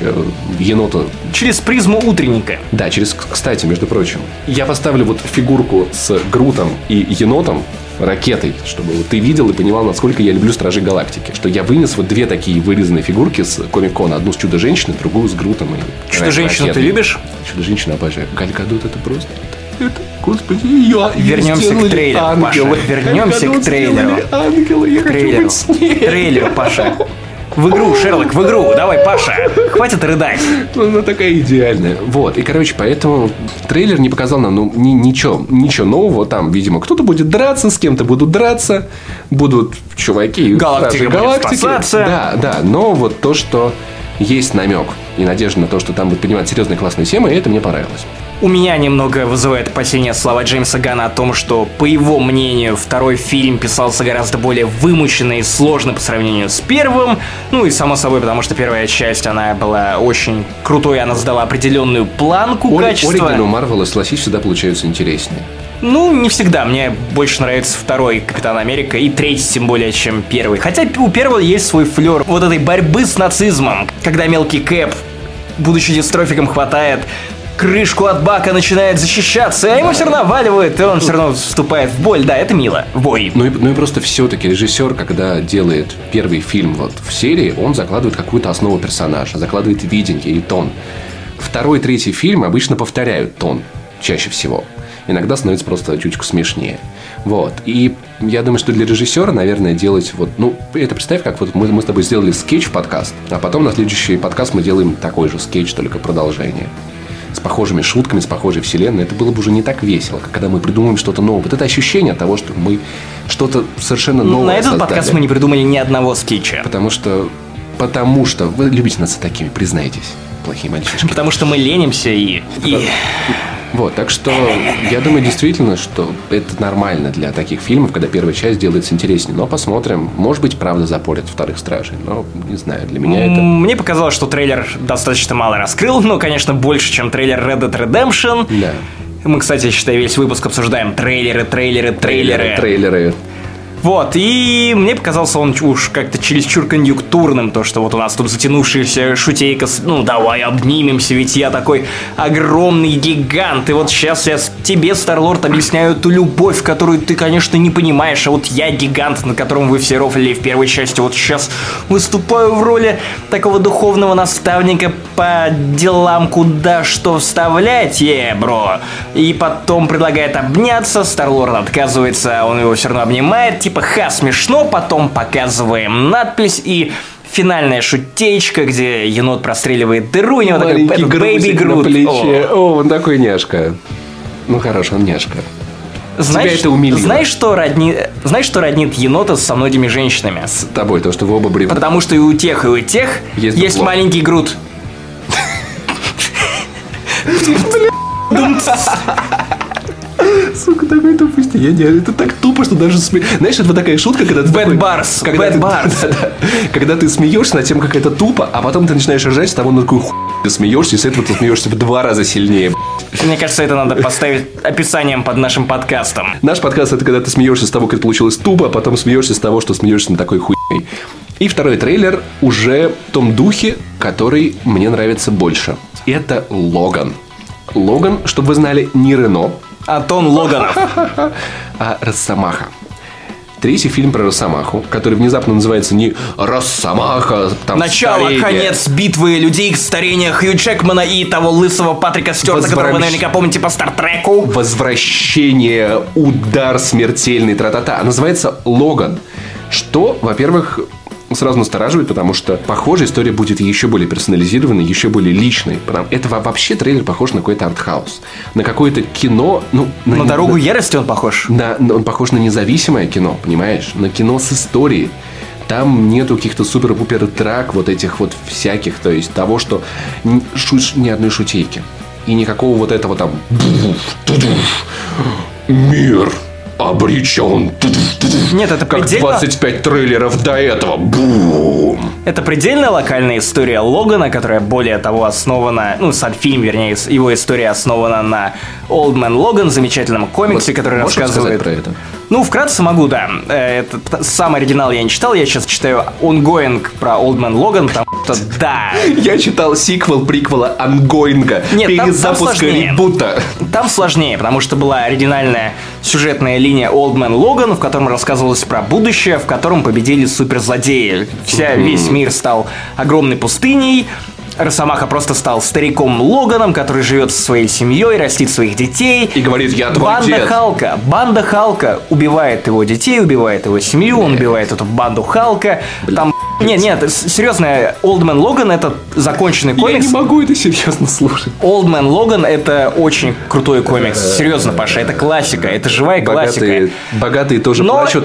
енота. Через призму утренника. Да, кстати, между прочим, я поставлю вот фигурку с Грутом и енотом, ракетой, чтобы ты видел и понимал, насколько я люблю Стражей Галактики. Что я вынес вот две такие вырезанные фигурки с Комик-Кона. Одну с Чудо-женщиной, другую с Грутом. Чудо-женщину ты любишь? Чудо-женщину обожаю. Галь Гадот — это просто... Господи, я... Вернемся к трейлеру, Паша. Вернемся к трейлеру. Ангелы, я хочу быть с ней. Трейлеру, Паша. В игру, Шерлок, в игру. Давай, Паша. Хватит рыдать. Она такая идеальная. Вот. И, поэтому трейлер не показал нам ничего нового. Там, видимо, кто-то будет драться, с кем-то будут драться. Будут чуваки. Галактика будет спасаться. Да. Но вот то, что есть намек и надежда на то, что там будут подниматься серьезные классные темы, это мне понравилось. У меня немного вызывает опасения слова Джеймса Ганна о том, что, по его мнению, второй фильм писался гораздо более вымученно и сложно по сравнению с первым. И само собой, потому что первая часть, она была очень крутой, она задала определенную планку качества. Оригинал Марвела, согласись, всегда получаются интереснее. Не всегда. Мне больше нравится второй Капитан Америка и третий, тем более, чем первый. Хотя у первого есть свой флер вот этой борьбы с нацизмом, когда мелкий Кэп, будучи дистрофиком, хватает крышку от бака, начинает защищаться, а ему все равно наваливает, и он все равно вступает в боль. Да, это мило. В бой. И просто все-таки режиссер, когда делает первый фильм в серии, он закладывает какую-то основу персонажа, закладывает видение и тон. Второй, третий фильм обычно повторяют тон, чаще всего. Иногда становится просто чуточку смешнее. Вот. И я думаю, что для режиссера, наверное, делать это представь, как мы с тобой сделали скетч в подкаст, а потом на следующий подкаст мы делаем такой же скетч, только продолжение. С похожими шутками, с похожей вселенной. Это было бы уже не так весело, как когда мы придумываем что-то новое. Вот это ощущение того, что мы что-то совершенно новое на этот создали. Подкаст мы не придумали ни одного скетча. Потому что вы любите нас такими, признайтесь, плохие мальчишки. Потому что мы ленимся и... Вот, так что я думаю действительно, что это нормально для таких фильмов, когда первая часть делается интереснее. Но посмотрим. Может быть, правда запорят вторых Стражей. Но, не знаю, для меня это... Мне показалось, что трейлер достаточно мало раскрыл. Но, конечно, больше, чем трейлер Red Dead Redemption. Да. Мы, кстати, я считаю, весь выпуск обсуждаем трейлеры. Вот, и мне показался он уж как-то чересчур конъюнктурным, то, что вот у нас тут затянувшаяся шутейка, ну давай обнимемся, ведь я такой огромный гигант, и вот сейчас я тебе, Старлорд, объясняю ту любовь, которую ты, конечно, не понимаешь, а вот я гигант, на котором вы все рофлили в первой части, вот сейчас выступаю в роли такого духовного наставника по делам, куда что вставлять, бро. И потом предлагает обняться, Старлорд отказывается, он его все равно обнимает, типа, смешно, потом показываем надпись и финальная шутеечка, где енот простреливает дыру, у него такой Baby Groot. О, он такой няшка. Ну хорошо, он няшка. Тебя это умилило. Знаешь, что роднит енота со многими женщинами? С тобой, то, что вы оба бревна. Потому что и у тех есть маленький Грут. Сука, такой тупости. Это так тупо, что даже знаешь, это вот такая шутка, когда ты Bad Bars. Когда ты смеешься над тем, как это тупо, а потом ты начинаешь ржать с того, на какую хуй ты смеешься, и с этого ты смеешься в 2 раза сильнее. Мне кажется, это надо поставить описанием под нашим подкастом. Наш подкаст — это когда ты смеешься с того, как это получилось тупо, а потом смеешься с того, что смеешься на такой хуйней. И второй трейлер уже в том духе, который мне нравится больше. Это Логан. Логан, чтобы вы знали, не Рено, Антон Логанов. А Росомаха. Третий фильм про Росомаху, который внезапно называется не Росомаха, там начало, старение. Конец битвы людей, старения Хью Джекмана и того лысого Патрика Стюарта, которого вы наверняка помните по Стартреку. Возвращение, удар смертельный, тра-та-та. А называется Логан. Что, во-первых, сразу настораживает, потому что, похоже, история будет еще более персонализированной, еще более личной. Это вообще трейлер похож на какой-то артхаус. На какое-то кино... На «Дорогу ярости» он похож? Он похож на независимое кино, понимаешь? На кино с историей. Там нету каких-то супер-пупер драк, вот этих вот всяких, то есть того, что ни одной шутейки. И никакого вот этого там... Мир обречен. Нет, это как предельно... 25 трейлеров до этого. Бум! Это предельно локальная история Логана, которая, более того, основана... сам фильм, вернее, его история основана на Old Man Logan, замечательном комиксе, который рассказывает... про это? Вкратце могу, да. Сам оригинал я не читал, я сейчас читаю ongoing про Old Man Logan, потому что, да... Я читал сиквел приквела ангоинга, перезапуска ребута. Там сложнее, потому что была оригинальная сюжетная линия Old Man Logan, в котором рассказывалось про будущее, в котором победили суперзлодеи. Весь мир стал огромной пустыней. Росомаха просто стал стариком Логаном, который живет со своей семьей, растит своих детей. И говорит, я твой дед. Банда Халка убивает его детей, убивает его семью, он убивает эту банду Халка. Там... Нет, серьезно, Old Man Logan — это законченный комикс. Я не могу это серьезно слушать. Old Man Logan — это очень крутой комикс. Серьезно, Паша, это классика, это живая классика. Богатые тоже плачут.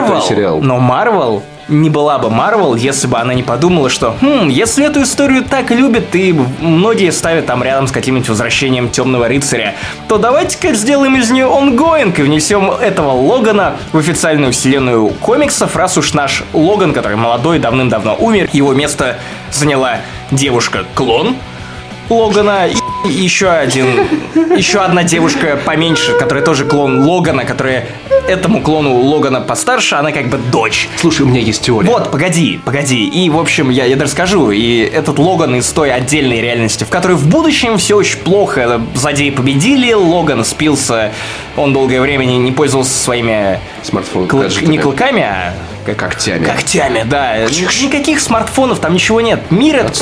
Но Marvel не была бы Marvel, если бы она не подумала, что если эту историю так любят, и многие ставят там рядом с каким-нибудь возвращением Темного Рыцаря, то давайте-ка сделаем из нее ongoing и внесем этого Логана в официальную вселенную комиксов, раз уж наш Логан, который молодой, давным-давно умер, его место заняла девушка-клон Логана и еще одна девушка поменьше, которая тоже клон Логана, которая этому клону Логана постарше, она как бы дочь. Слушай, у меня есть теория. Вот, погоди. И, в общем, я расскажу. И этот Логан из той отдельной реальности, в которой в будущем все очень плохо. Злодеи победили, Логан спился, он долгое время не пользовался своими не клыками, а когтями. Когтями, да. Никаких смартфонов, там ничего нет. Мир — это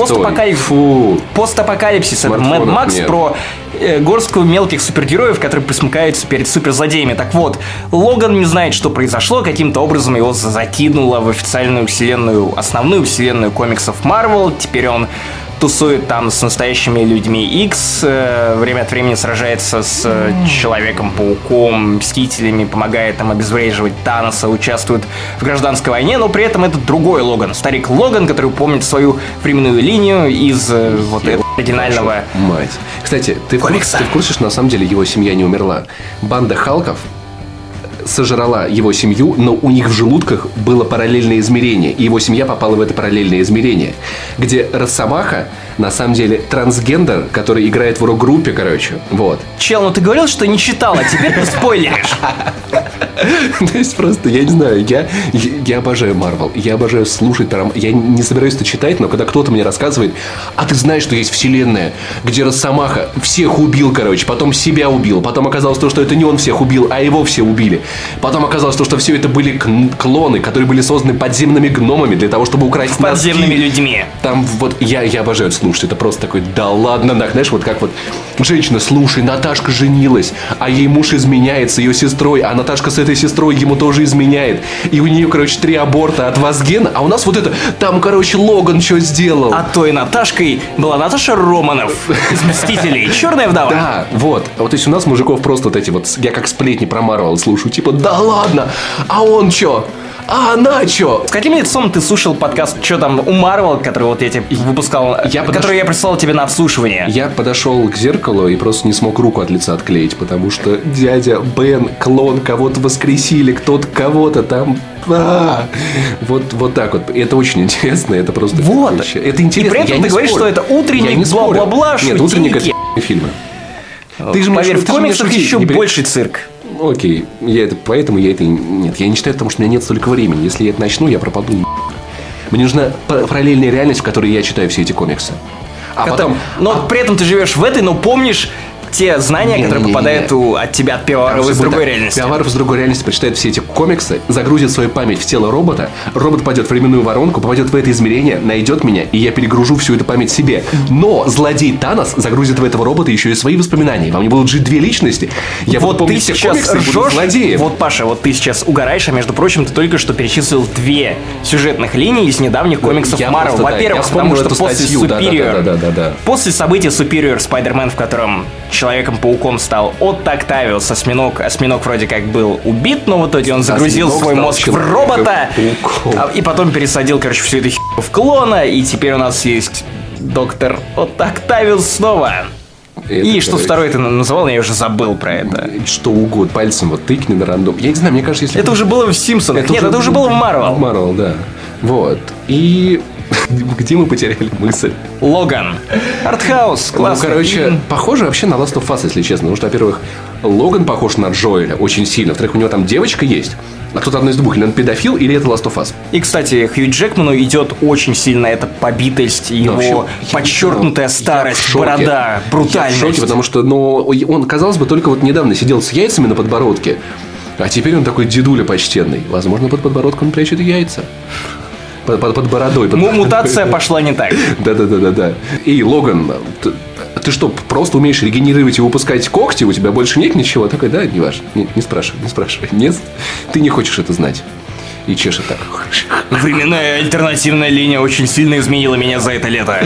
постапокалипсис. Это Mad Max про горстку мелких супергероев, которые присмыкаются перед суперзлодеями. Так вот, Логан не знает, что произошло. Каким-то образом его закинуло в официальную вселенную, основную вселенную комиксов Marvel. Теперь он тусует там с настоящими людьми X, время от времени сражается с Человеком-пауком, Мстителями, помогает им обезвреживать Таноса, участвует в гражданской войне, но при этом это другой Логан, старик Логан, который помнит свою временную линию из оригинального Мать. Кстати, ты в курсе, что на самом деле его семья не умерла? Банда Халков сожрала его семью, но у них в желудках было параллельное измерение, и его семья попала в это параллельное измерение, где Росомаха на самом деле трансгендер, который играет в рок-группе, короче, вот. Чел, ну ты говорил, что не читал, а теперь ты спойлеришь. То есть просто, я не знаю, я обожаю Марвел, я обожаю слушать, я не собираюсь это читать, но когда кто-то мне рассказывает, а ты знаешь, что есть вселенная, где Росомаха всех убил, короче, потом себя убил, потом оказалось то, что это не он всех убил, а его все убили, потом оказалось то, что все это были клоны, которые были созданы подземными гномами для того, чтобы украсть подземными людьми. Там вот, я обожаю это слушать, это просто такой, да ладно, знаешь, вот как вот женщина, слушай, Наташка женилась, а ей муж изменяет с ее сестрой, а Наташка с этой сестрой ему тоже изменяет. И у нее, короче, 3 аборта от Вазгена, а у нас вот это, там, короче, Логан что сделал. А той Наташкой была Наташа Романов из «Мстителей», черная вдова. Да, вот. Вот, то есть у нас мужиков просто вот эти вот, я как сплетни про Марвел слушаю, типа, да ладно, а он что? А она чё? С каким лицом ты слушал подкаст, что там, у Марвел, который вот я тебе выпускал, который я прислал тебе на обслушивание? Я подошел к зеркалу и просто не смог руку от лица отклеить, потому что дядя Бен, клон, кого-то воскресили, кто-то кого-то там... Вот так вот. Это очень интересно, это просто... Вот. Это интересно. И при этом ты говоришь, что это утренник, бла-бла-бла, шутинки. Нет, утренник — это фильмы. Ты же, поверь, в комиксах еще больший цирк. Окей, поэтому я это... Нет, я не читаю, потому что у меня нет столько времени. Если я это начну, я пропаду. Мне нужна параллельная реальность, в которой я читаю все эти комиксы. Но при этом ты живешь в этой, но помнишь те знания, которые попадают от тебя, от пивоваров из другой реальности. Пивоваров из другой реальности прочитает все эти комиксы, загрузит свою память в тело робота, робот пойдет в временную воронку, попадет в это измерение, найдет меня, и я перегружу всю эту память себе. Но злодей Танос загрузит в этого робота еще и свои воспоминания. Вам не будут жить 2 личности. Я вот ты сейчас ржешь. Вот, Паша, вот ты сейчас угораешь, а между прочим, ты только что перечислил 2 сюжетных линии из недавних комиксов Marvel. Во-первых, потому что после Superior, после событий Superior Spider-Man, в котором Человеком-пауком стал Отто Октавиус, осьминог вроде как был убит, но в итоге он загрузил свой мозг в робота и потом пересадил, короче, всю эту херню в клона, и теперь у нас есть доктор Отто Октавиус снова. И что второе ты называл, я уже забыл про это. Что угодно, пальцем вот тыкни на рандом. Я не знаю, мне кажется, если... Это уже было в Симпсонах. Нет, это уже было в Марвел. В Марвел, да. Вот. И... Где мы потеряли мысль? Логан. Артхаус. Классный. Ну, короче, похоже вообще на Last of Us, если честно. Потому что, во-первых, Логан похож на Джоэля очень сильно. Во-вторых, у него там девочка есть. А кто-то одно из двух. Или он педофил, или это Last of Us. И, кстати, Хью Джекману идет очень сильно эта побитость, его подчеркнутая старость, борода, брутальность. Я в шоке, потому что он, казалось бы, только вот недавно сидел с яйцами на подбородке. А теперь он такой дедуля почтенный. Возможно, под подбородком он прячет яйца. Под бородой. Мутация пошла не так. Да. Эй, Логан, ты что, просто умеешь регенерировать и выпускать когти? У тебя больше нет ничего? Такой, да, не важно. Не спрашивай. Нет, ты не хочешь это знать. И чешет так. Временная альтернативная линия очень сильно изменила меня за это лето.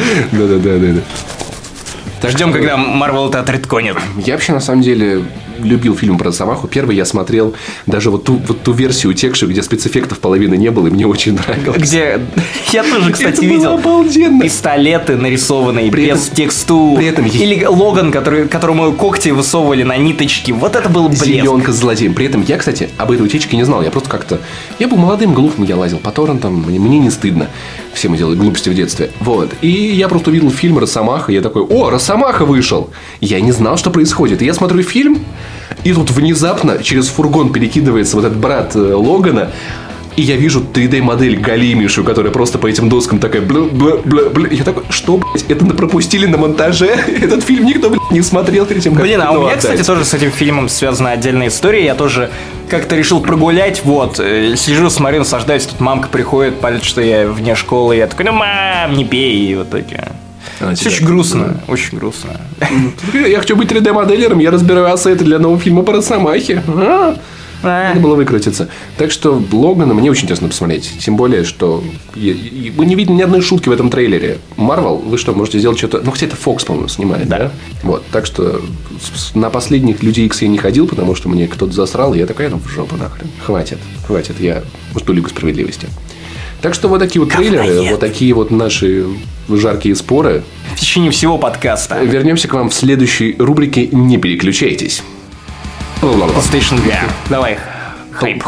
Да. Ждем, когда Марвел это отредконит. Я вообще, на самом деле, любил фильм про Росомаху. Первый я смотрел даже вот ту версию текшую, где спецэффектов половины не было, и мне очень нравилось. Где... Я тоже, кстати, видел пистолеты, нарисованные без текстур. Или Логан, которому когти высовывали на ниточки. Вот это был блеск. Зеленка с злодеем. При этом я, кстати, об этой утечке не знал. Я просто как-то... Я был молодым, глупым, я лазил по торрентам. Мне не стыдно. Все мы делали глупости в детстве. Вот. И я просто увидел фильм «Росомаха». И я такой, Росомаха вышел. Я не знал, что происходит. И я смотрю фильм, и тут внезапно через фургон перекидывается вот этот брат Логана. И я вижу 3D-модель голимейшую, которая просто по этим доскам такая бля-бля-бля-бля. Я такой, что, блядь, это пропустили на монтаже? Этот фильм никто, блядь, не смотрел перед тем, как... Блин, а у меня, кстати, тоже с этим фильмом связана отдельная история. Я тоже как-то решил прогулять, сижу, смотрю, наслаждаюсь. Тут мамка приходит, палит, что я вне школы. Я такой, мам, не пей. И в итоге... Очень грустно, очень грустно. Я хочу быть 3D-моделером, я разбираю ассеты для нового фильма по Росомахе. Надо было выкрутиться. Так что Логана мне очень интересно посмотреть. Тем более, что вы не видели ни одной шутки в этом трейлере. Марвел, вы что, можете сделать что-то... Ну, кстати, это Fox, по-моему, снимает, да? Вот, так что на последних Людей Икс я не ходил, потому что мне кто-то засрал, и я такой, в жопу нахрен. Хватит, я жду Лигу Справедливости. Так что вот такие вот трейлеры, вот такие вот наши жаркие споры. В течение всего подкаста. Вернемся к вам в следующей рубрике «Не переключайтесь». PlayStation VR. Давай. Хайп.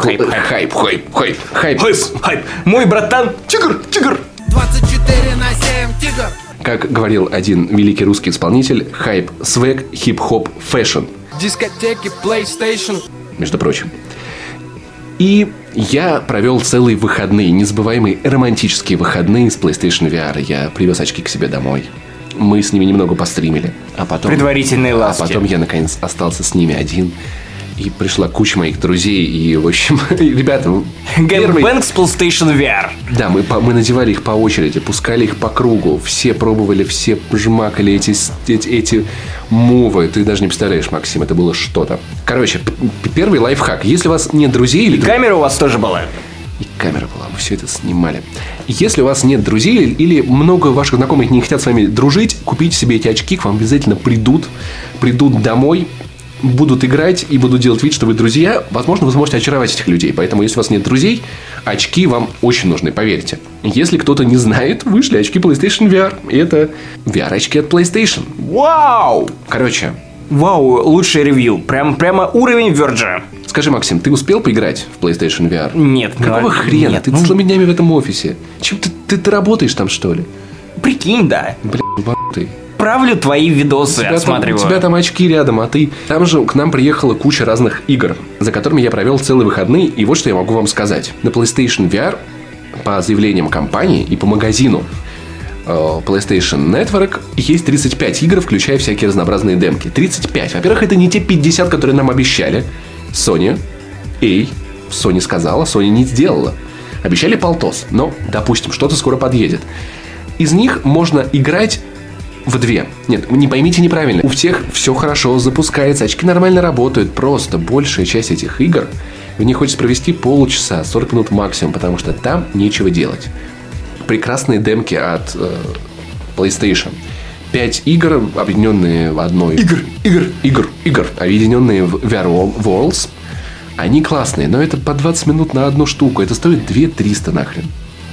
Мой братан Тигр. 24/7 тигр. Как говорил один великий русский исполнитель, хайп, свэг, хип-хоп, фэшн. Дискотеки, PlayStation. Между прочим. И я провел целые выходные, незабываемые романтические выходные с PlayStation VR. Я привез очки к себе домой. Мы с ними немного постримили. А потом... Предварительные ласки. А потом я, наконец, остался с ними один. И пришла куча моих друзей. И, в общем, ребята... Gangbang с PlayStation VR. Да, мы надевали их по очереди, пускали их по кругу. Все пробовали, все жмакали эти мувы. Ты даже не представляешь, Максим, это было что-то. Короче, первый лайфхак. Если у вас нет друзей... И камера у вас тоже была. И камера была, мы все это снимали. Если у вас нет друзей или много ваших знакомых не хотят с вами дружить, купите себе эти очки, к вам обязательно придут домой, будут играть и будут делать вид, что вы друзья. Возможно, вы сможете очаровать этих людей. Поэтому, если у вас нет друзей, очки вам очень нужны, поверьте. Если кто-то не знает, вышли очки PlayStation VR. И это VR-очки от PlayStation. Вау! Короче... Вау, лучший ревью. Прямо уровень Verge. Скажи, Максим, ты успел поиграть в PlayStation VR? Нет. Какого хрена? Нет, ты целыми днями в этом офисе. Чем ты работаешь там, что ли? Прикинь, да. Блин, ты. Правлю твои видосы, осматриваю. У тебя там очки рядом, а ты... Там же к нам приехала куча разных игр, за которыми я провел целые выходные, и вот что я могу вам сказать. На PlayStation VR, по заявлениям компании и по магазину PlayStation Network, есть 35 игр, включая всякие разнообразные демки. 35. Во-первых, это не те 50, которые нам обещали. Sony сказала, Sony не сделала. Обещали полтос, но, допустим, что-то скоро подъедет. Из них можно играть в 2. Нет, не поймите неправильно. У всех все хорошо запускается, очки нормально работают. Просто большая часть этих игр в них хочется провести полчаса, 40 минут максимум, потому что там нечего делать. Прекрасные демки от PlayStation. 5 игр, объединенные в одной... Игр, объединенные в VR Worlds. Они классные, но это по 20 минут на одну штуку. Это стоит 2300 нахрен.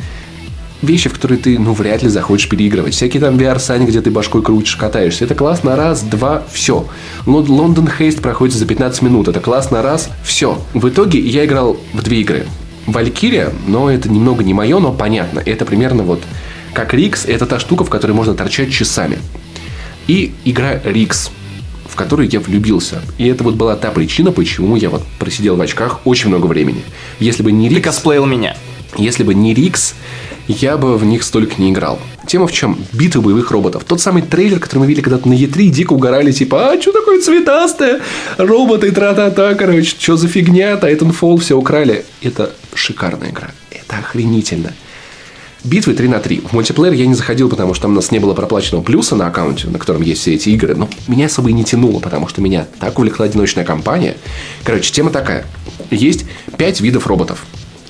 Вещи, в которые ты, вряд ли захочешь переигрывать. Всякие там VR-сани, где ты башкой крутишь, катаешься. Это классно, раз, два, все. Лондон Хейст проходит за 15 минут. Это классно, раз, все. В итоге я играл в 2 игры. Valkyria, но это немного не мое, но понятно. Это примерно вот как Rix. Это та штука, в которой можно торчать часами. И игра Rix, в которую я влюбился. И это вот была та причина, почему я вот просидел в очках очень много времени. Если бы не Rix... Ты косплеил меня. Если бы не Rix, я бы в них столько не играл. Тема в чем? Битва боевых роботов. Тот самый трейлер, который мы видели когда-то на E3, дико угорали, типа, что такое цветастое? Роботы, тра-та-та, короче, что за фигня? Titanfall, все украли. Это шикарная игра. Это охренительно. Битвы 3-3. В мультиплеер я не заходил, потому что там у нас не было проплаченного плюса на аккаунте, на котором есть все эти игры. Но меня особо и не тянуло, потому что меня так увлекла одиночная кампания. Короче, тема такая. Есть 5 видов роботов.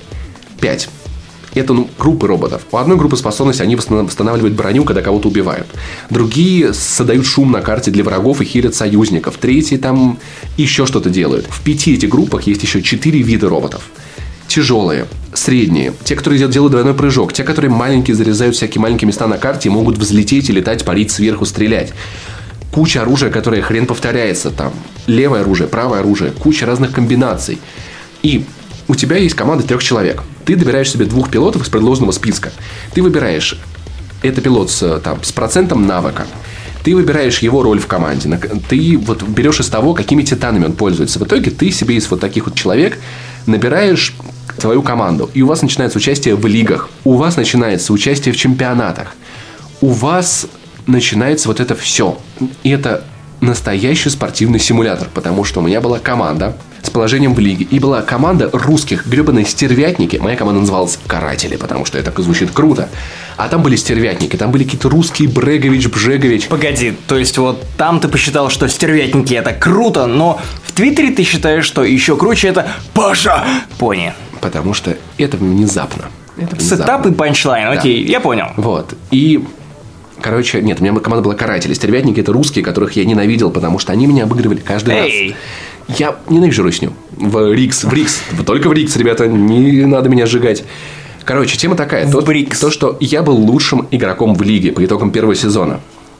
5. Это группы роботов. У одной группы способности они восстанавливают броню, когда кого-то убивают. Другие создают шум на карте для врагов и хилят союзников. Третьи там еще что-то делают. В 5 этих группах есть еще 4 вида роботов. Тяжелые, средние, те, которые делают двойной прыжок, те, которые маленькие, зарезают всякие маленькие места на карте и могут взлететь и летать, парить сверху, стрелять. Куча оружия, которое хрен повторяется там. Левое оружие, правое оружие, куча разных комбинаций. И у тебя есть команда 3 человек. Ты добираешь себе 2 пилотов из предложенного списка. Ты выбираешь, это пилот с процентом навыка. Ты выбираешь его роль в команде. Ты вот берешь из того, какими титанами он пользуется. В итоге ты себе из вот таких вот человек набираешь твою команду. И у вас начинается участие в лигах. У вас начинается участие в чемпионатах. У вас начинается вот это все. И это настоящий спортивный симулятор. Потому что у меня была команда с положением в лиге. И была команда русских гребаные стервятники. Моя команда называлась «Каратели», потому что это так звучит круто. А там были стервятники. Там были какие-то русские Брегович, Бжегович. Погоди, то есть вот там ты посчитал, что стервятники это круто, но в Твиттере ты считаешь, что еще круче это Паша Пони. Потому что это внезапно. Сетап и панчлайн, да. Окей, я понял. Вот. И... Короче, нет, у меня команда была «Каратели». Стервятники – это русские, которых я ненавидел, потому что они меня обыгрывали каждый раз. Я ненавижу русню. В Рикс. Только в Рикс, ребята, не надо меня сжигать. Короче, тема такая. То, что я был лучшим игроком в лиге по итогам первого сезона.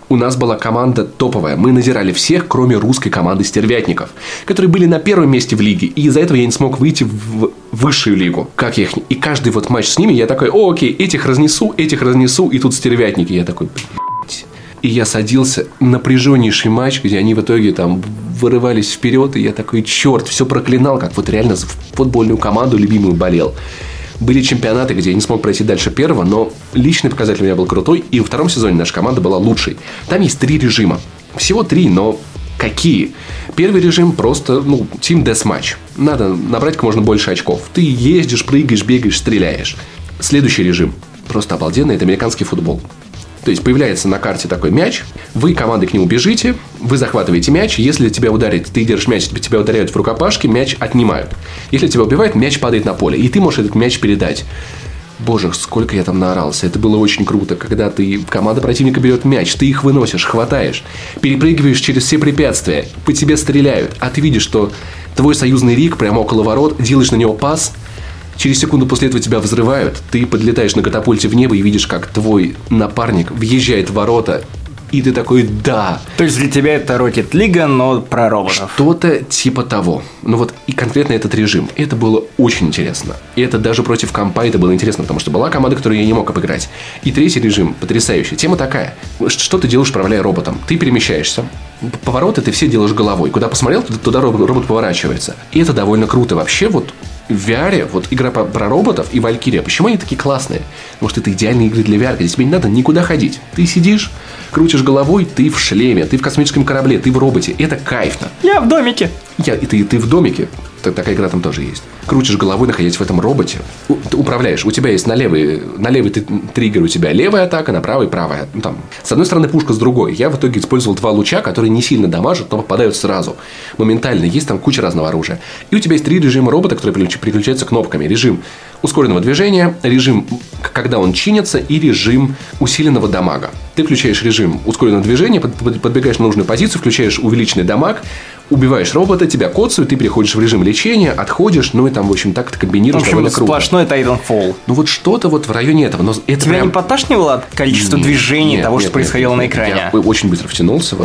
У нас была команда топовая. Мы надирали всех, кроме русской команды стервятников, которые были на первом месте в лиге. И из-за этого я не смог выйти в высшую лигу. Как я их... И каждый вот матч с ними я такой: окей, этих разнесу. И тут стервятники. Я такой: блядь. И я садился, напряженнейший матч, где они в итоге там вырывались вперед. И я такой: черт, все проклинал, как вот реально за футбольную команду любимую болел. Были чемпионаты, где я не смог пройти дальше первого, но личный показатель у меня был крутой, и во втором сезоне наша команда была лучшей. Там есть 3 режима. Всего 3, но какие? Первый режим просто, Team Deathmatch. Надо набрать как можно больше очков. Ты ездишь, прыгаешь, бегаешь, стреляешь. Следующий режим просто обалденный, это американский футбол. То есть появляется на карте такой мяч, вы командой к нему бежите, вы захватываете мяч, если тебя ударит, ты держишь мяч, тебя ударяют в рукопашке, мяч отнимают. Если тебя убивают, мяч падает на поле, и ты можешь этот мяч передать. Боже, сколько я там наорался. Это было очень круто, когда команда противника берет мяч, ты их выносишь, хватаешь, перепрыгиваешь через все препятствия, по тебе стреляют, а ты видишь, что твой союзный Рик прямо около ворот, делаешь на него пас. Через секунду после этого тебя взрывают, ты подлетаешь на катапульте в небо и видишь, как твой напарник въезжает в ворота, и ты такой: да. То есть для тебя это Rocket League, но про роботов. Что-то типа того. И конкретно этот режим. Это было очень интересно. И это даже против компа это было интересно, потому что была команда, которую я не мог обыграть. И третий режим потрясающий. Тема такая: что ты делаешь, управляя роботом? Ты перемещаешься. Повороты ты все делаешь головой. Куда посмотрел, туда робот поворачивается. И это довольно круто. Вообще в VR, игра про роботов и Валькирия, почему они такие классные? Потому что это идеальные игры для VR, где тебе не надо никуда ходить. Ты сидишь, крутишь головой, ты в шлеме, ты в космическом корабле, ты в роботе. Это кайфно. Я в домике. Ты в домике. Такая игра там тоже есть. Крутишь головой, находясь в этом роботе. Ты управляешь. У тебя есть на левый триггер, у тебя левая атака, на правый правая. С одной стороны пушка, с другой. Я в итоге использовал 2 луча, которые не сильно дамажат, но попадают сразу. Моментально. Есть там куча разного оружия. И у тебя есть 3 режима робота, которые переключаются кнопками. Режим ускоренного движения, режим, когда он чинится, и режим усиленного дамага. Ты включаешь режим ускоренного движения, подбегаешь на нужную позицию, включаешь увеличенный дамаг, убиваешь робота, тебя коцают, ты переходишь в режим лечения, отходишь, и там, в общем, так ты комбинируешь довольно круто. Сплошной Titanfall. Что-то в районе этого. Но это тебя не подташнивало от количества движений, того, что происходило на экране? Я очень быстро втянулся.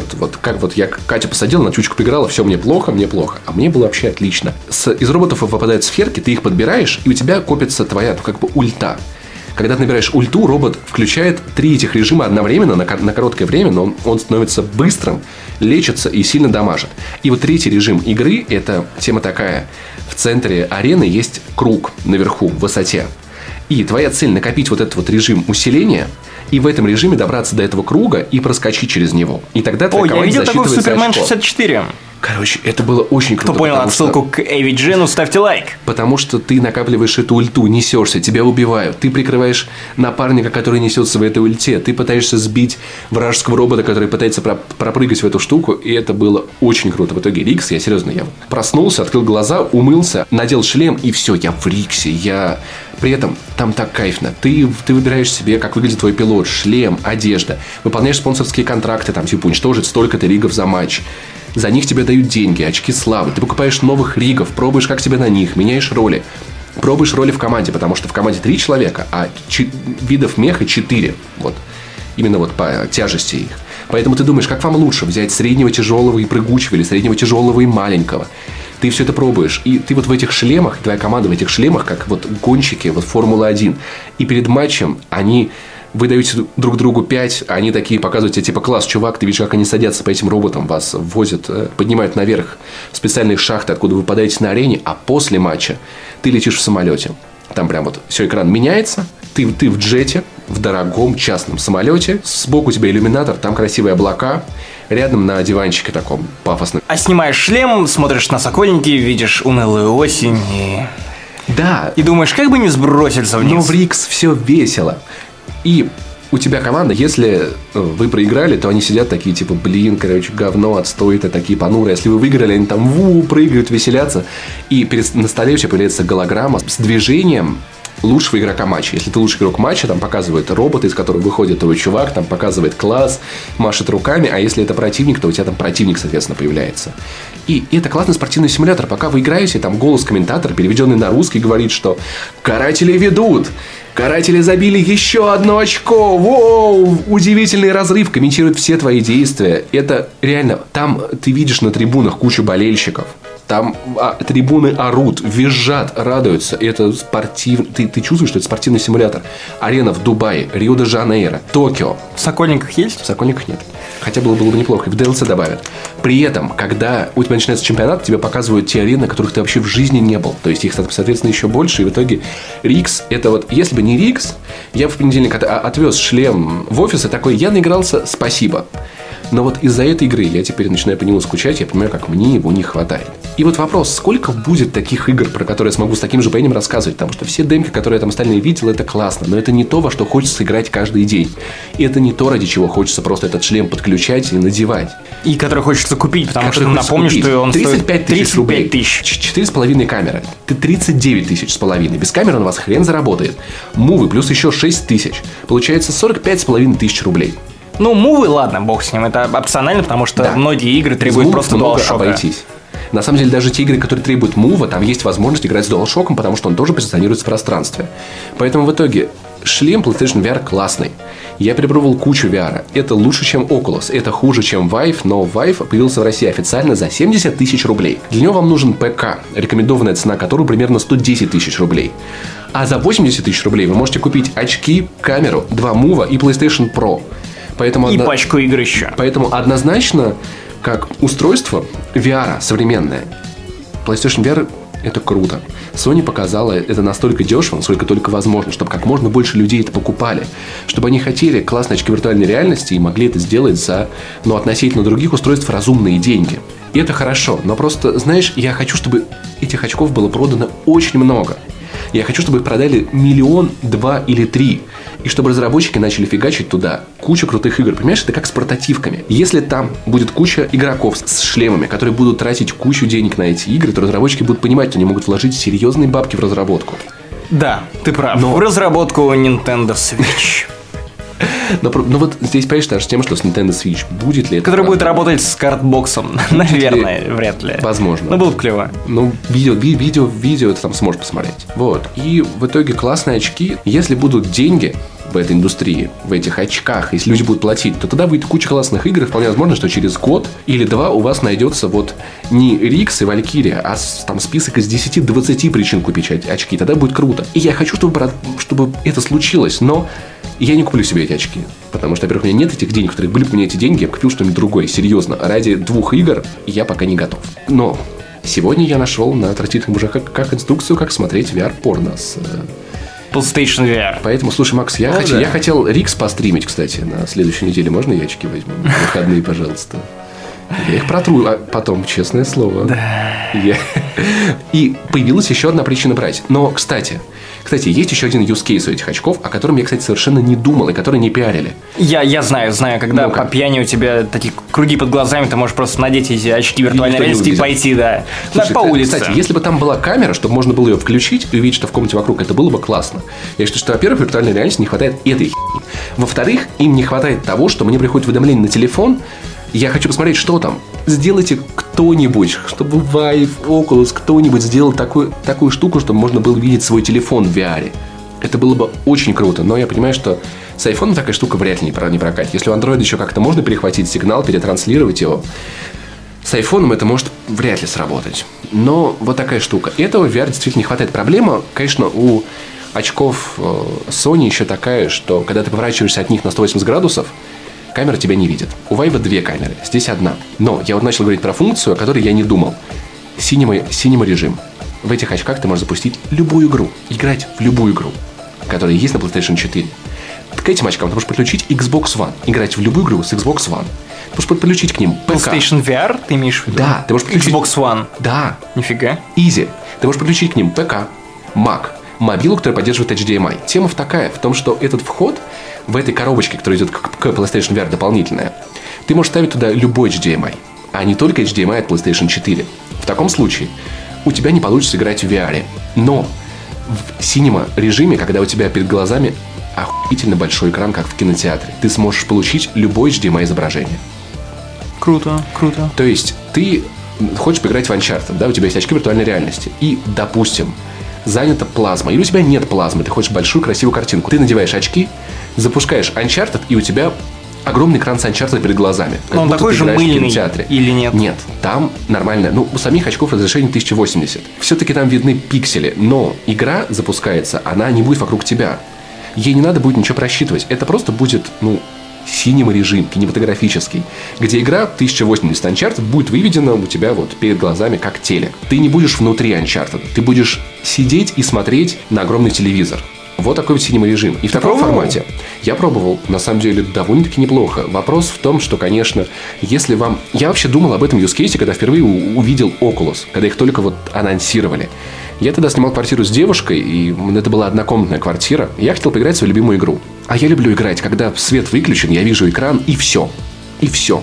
Я Катю посадил, на чучку поиграла, все, мне плохо. А мне было вообще отлично. Из роботов выпадают сферки, ты их подбираешь, и у тебя копится твоя, ульта. Когда ты набираешь ульту, робот включает 3 этих режима одновременно на короткое время, но он становится быстрым, лечится и сильно дамажит. И 3-й режим игры, это тема такая: в центре арены есть круг наверху, в высоте. И твоя цель — накопить этот режим усиления, и в этом режиме добраться до этого круга и проскочить через него. И тогда твоя команда засчитывается очко. Я видел такой в Superman 64. Короче, это было очень круто. Кто понял отсылку к Эви Джену, ставьте лайк. Потому что ты накапливаешь эту ульту, несешься, тебя убивают. Ты прикрываешь напарника, который несется в этой ульте. Ты пытаешься сбить вражеского робота, который пытается пропрыгать в эту штуку. И это было очень круто. В итоге Рикс, я проснулся, открыл глаза, умылся, надел шлем, и все, я в Риксе. При этом там так кайфно. Ты выбираешь себе, как выглядит твой пилот, шлем, одежда. Выполняешь спонсорские контракты, уничтожить столько-то ригов за матч. За них тебе дают деньги, очки славы. Ты покупаешь новых ригов, пробуешь, как тебе на них, меняешь роли. Пробуешь роли в команде, потому что в команде 3 человека, а видов меха 4. Именно по тяжести их. Поэтому ты думаешь, как вам лучше взять среднего тяжелого и прыгучего, или среднего тяжелого и маленького. Ты все это пробуешь. И ты в этих шлемах, твоя команда в этих шлемах, как гонщики, Формула-1. И перед матчем вы даете друг другу 5, а они такие показывают тебе, класс, чувак, ты видишь, как они садятся по этим роботам, вас возят, поднимают наверх в специальные шахты, откуда вы попадаете на арене, а после матча ты летишь в самолете. Там прям все, экран меняется, ты в джете, в дорогом частном самолете, сбоку у тебя иллюминатор, там красивые облака, рядом на диванчике таком пафосном. А снимаешь шлем, смотришь на Сокольники, видишь унылую осень и... Да. И думаешь, как бы не сброситься вниз. Но в Рикс все весело. И у тебя команда, если вы проиграли, то они сидят такие, говно, отстой, это такие понурые. Если вы выиграли, они там прыгают, веселятся. И на столе у тебя появляется голограмма с движением лучшего игрока матча. Если ты лучший игрок матча, там показывает робота, из которого выходит твой чувак, там показывает класс, машет руками, а если это противник, то у тебя там противник, соответственно, появляется. И это классный спортивный симулятор. Пока вы играете, там голос комментатора, переведенный на русский, говорит, что каратели ведут. Каратели забили еще одно очко. Воу! Удивительный разрыв. Комментирует все твои действия. Это реально... Там ты видишь на трибунах кучу болельщиков. Там трибуны орут, визжат, радуются. Это спортивный... Ты чувствуешь, что это спортивный симулятор. Арена в Дубае, Рио-де-Жанейро, Токио. В Сокольниках есть? В Сокольниках нет. Хотя было бы неплохо. И в DLC добавят. При этом, когда у тебя начинается чемпионат, тебе показывают те арены, на которых ты вообще в жизни не был. То есть их, соответственно, еще больше. И в итоге Рикс, это вот... Если бы не Рикс, я в понедельник отвез шлем в офис и такой, я наигрался, спасибо. Но вот из-за этой игры я теперь начинаю по нему скучать, я понимаю, как мне его не хватает. И вот вопрос, сколько будет таких игр, про которые я смогу с таким же упоением рассказывать? Потому что все демки, которые я там остальные видел, это классно, но это не то, во что хочется играть каждый день. И это не то, ради чего хочется просто этот шлем подключать и надевать. И который хочется купить, потому что напомню, что он 35 тысяч рублей. 4,5 камеры. Ты 39 тысяч с половиной. Без камеры он у вас хрен заработает. Мувы плюс еще 6 тысяч. Получается 45,5 тысяч рублей. Ну, мувы, ладно, бог с ним. Это опционально, потому что многие игры требуют просто DualShock. Обойтись. На самом деле, даже те игры, которые требуют мува, там есть возможность играть с DualShock, потому что он тоже позиционируется в пространстве. Поэтому в итоге шлем PlayStation VR классный. Я перепробовал кучу VR. Это лучше, чем Oculus. Это хуже, чем Vive, но Vive появился в России официально за 70 тысяч рублей. Для него вам нужен ПК, рекомендованная цена которого примерно 110 тысяч рублей. А за 80 тысяч рублей вы можете купить очки, камеру, 2 мува и PlayStation Pro. Поэтому и пачку игр еще. Поэтому однозначно, как устройство VR современное, PlayStation VR это круто. Sony показала это настолько дешево, насколько только возможно, чтобы как можно больше людей это покупали. Чтобы они хотели классные очки виртуальной реальности и могли это сделать за, относительно других устройств разумные деньги. И это хорошо. Но просто, знаешь, я хочу, чтобы этих очков было продано очень много. Я хочу, чтобы их продали 1 миллион, 2 или 3. И чтобы разработчики начали фигачить туда кучу крутых игр. Понимаешь, это как с портативками. Если там будет куча игроков с шлемами, которые будут тратить кучу денег на эти игры, то разработчики будут понимать, что они могут вложить серьезные бабки в разработку. Да, ты прав. В разработку Nintendo Switch. Но вот здесь, понимаешь, та же тема, что с Nintendo Switch будет ли это... Который будет работать с картбоксом. Наверное, вряд ли. Возможно. Но было бы клево. Видео ты там сможешь посмотреть. Вот. И в итоге классные очки. Если будут деньги в этой индустрии, в этих очках, если люди будут платить, то тогда будет куча классных игр. И вполне возможно, что через год или 2 у вас найдется вот не Рикс и Валькирия, а там список из 10-20 причин купить очки. Тогда будет круто. И я хочу, чтобы это случилось, но я не куплю себе эти очки. Потому что, во-первых, у меня нет этих денег, которые были бы у меня эти деньги, я купил что-нибудь другое, серьезно. Ради 2 игр я пока не готов. Но сегодня я нашел на отвратительном уже как инструкцию, как смотреть VR-порно с... PlayStation VR. Поэтому, слушай, Макс, я хотел Рикс постримить, кстати, на следующей неделе. Можно я очки возьму? Выходные, пожалуйста. Я их протру потом, честное слово. Да. И появилась еще одна причина брать. Но, кстати, есть еще один use case у этих очков, о котором я, кстати, совершенно не думал и который не пиарили. Я знаю, когда по пьяни у тебя такие круги под глазами, ты можешь просто надеть эти очки виртуальной реальности и пойти, Слушай, по улице. Кстати, если бы там была камера, чтобы можно было ее включить и увидеть, что в комнате вокруг, это было бы классно. Я считаю, что, во-первых, виртуальной реальности не хватает этой херни. Во-вторых, им не хватает того, что мне приходит уведомление на телефон. Я хочу посмотреть, что там. Сделайте кто-нибудь, чтобы Vive, Oculus, кто-нибудь сделал такую штуку, чтобы можно было видеть свой телефон в VR. Это было бы очень круто, но я понимаю, что с iPhone такая штука вряд ли не прокатит. Если у Android еще как-то можно перехватить сигнал, перетранслировать его, с iPhone это может вряд ли сработать. Но вот такая штука. Этого в VR действительно не хватает. Проблема, конечно, у очков Sony еще такая, что когда ты поворачиваешься от них на 180 градусов, камера тебя не видит. У Vive 2 камеры, здесь 1. Но я вот начал говорить про функцию, о которой я не думал. Cinema режим. В этих очках ты можешь запустить любую игру. Играть в любую игру, которая есть на PlayStation 4. К этим очкам ты можешь подключить Xbox One. Играть в любую игру с Xbox One. Ты можешь подключить к ним ПК. PlayStation VR ты имеешь в виду? Да. Ты можешь подключить... Xbox One. Да. Нифига. Easy. Ты можешь подключить к ним ПК, Mac, мобилу, которая поддерживает HDMI. Тема такая, в том, что этот вход в этой коробочке, которая идет к PlayStation VR дополнительная, ты можешь ставить туда любой HDMI, а не только HDMI от PlayStation 4. В таком случае у тебя не получится играть в VR. Но в синема-режиме, когда у тебя перед глазами охуительно большой экран, как в кинотеатре, ты сможешь получить любое HDMI-изображение. Круто, круто. То есть ты хочешь поиграть в Uncharted, да, у тебя есть очки виртуальной реальности, и, допустим, занята плазма, или у тебя нет плазмы, ты хочешь большую красивую картинку, ты надеваешь очки, запускаешь Uncharted, и у тебя огромный экран с Uncharted перед глазами. Но он такой же мыльный или нет? Нет, там нормально. Ну, у самих очков разрешение 1080. Все-таки там видны пиксели, но игра запускается, она не будет вокруг тебя. Ей не надо будет ничего просчитывать. Это просто будет, синема режим, кинематографический, где игра 1080 Uncharted будет выведена у тебя вот перед глазами как телек. Ты не будешь внутри Uncharted, ты будешь сидеть и смотреть на огромный телевизор. Вот такой вот синема-режим. И в таком формате я пробовал, на самом деле, довольно-таки неплохо. Вопрос в том, что, конечно, если вам... Я вообще думал об этом use case, когда впервые увидел Oculus, когда их только вот анонсировали. Я тогда снимал квартиру с девушкой, и это была однокомнатная квартира. Я хотел поиграть в свою любимую игру. А я люблю играть, когда свет выключен, я вижу экран, и все. И все.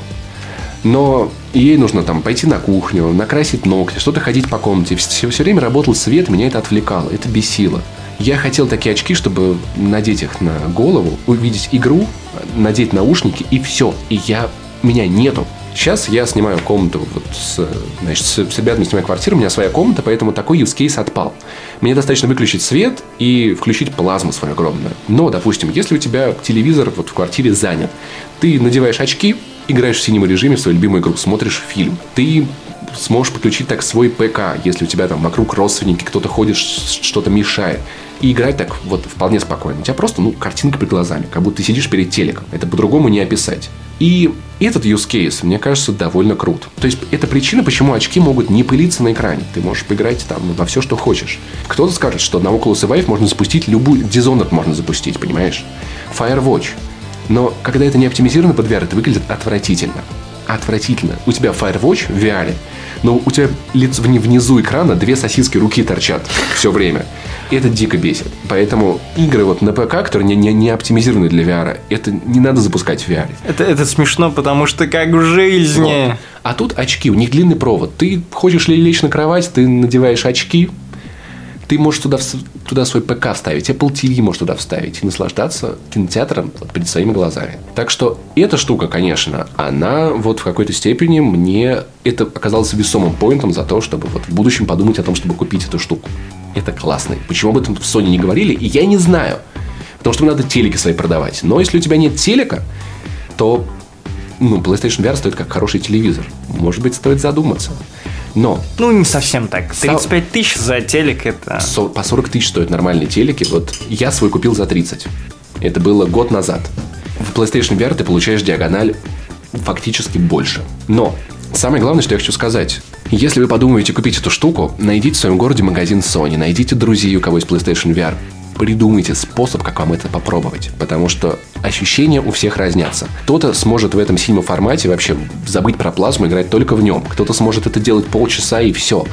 Но ей нужно там пойти на кухню, накрасить ногти, что-то ходить по комнате. Все время работал свет, меня это отвлекало, это бесило. Я хотел такие очки, чтобы надеть их на голову, увидеть игру, надеть наушники, и все. И меня нету. Сейчас я снимаю комнату с ребятами, снимаю квартиру, у меня своя комната, поэтому такой use case отпал. Мне достаточно выключить свет и включить плазму свою огромную. Но, допустим, если у тебя телевизор в квартире занят, ты надеваешь очки, играешь в синема режиме в свою любимую игру, смотришь фильм. Ты сможешь подключить так свой ПК, если у тебя там вокруг родственники, кто-то ходит, что-то мешает. И играть так вот вполне спокойно. У тебя просто, картинка перед глазами, как будто ты сидишь перед телеком. Это по-другому не описать. И этот use case, мне кажется, довольно крут. То есть, это причина, почему очки могут не пылиться на экране. Ты можешь поиграть там во все, что хочешь. Кто-то скажет, что на Oculus Vive можно запустить любую... Dishonored можно запустить, понимаешь? Firewatch. Но когда это не оптимизировано под VR, это выглядит отвратительно. Отвратительно. У тебя Firewatch в VR, но у тебя внизу экрана 2 сосиски руки торчат все время. И это дико бесит. Поэтому игры вот на ПК, которые не оптимизированы для VR, это не надо запускать в VR. Это смешно, потому что как в жизни. Вот. А тут очки, у них длинный провод. Ты хочешь лечь на кровать, ты надеваешь очки, ты можешь туда свой ПК вставить, Apple TV можешь туда вставить и наслаждаться кинотеатром перед своими глазами. Так что эта штука, конечно, она вот в какой-то степени мне это оказалось весомым поинтом за то, чтобы вот в будущем подумать о том, чтобы купить эту штуку. Это классно. Почему об этом в Sony не говорили, и я не знаю. Потому что надо телеки свои продавать. Но если у тебя нет телека, то PlayStation VR стоит как хороший телевизор. Может быть, стоит задуматься. Но... не совсем так. 35 тысяч за телек это... По 40 тысяч стоят нормальные телеки. Вот я свой купил за 30. Это было год назад. В PlayStation VR ты получаешь диагональ фактически больше. Но самое главное, что я хочу сказать. Если вы подумаете купить эту штуку, найдите в своем городе магазин Sony, найдите друзей, у кого есть PlayStation VR. Придумайте способ, как вам это попробовать. Потому что ощущения у всех разнятся. Кто-то сможет в этом синема формате вообще забыть про плазму, играть только в нем. Кто-то сможет это делать полчаса и все.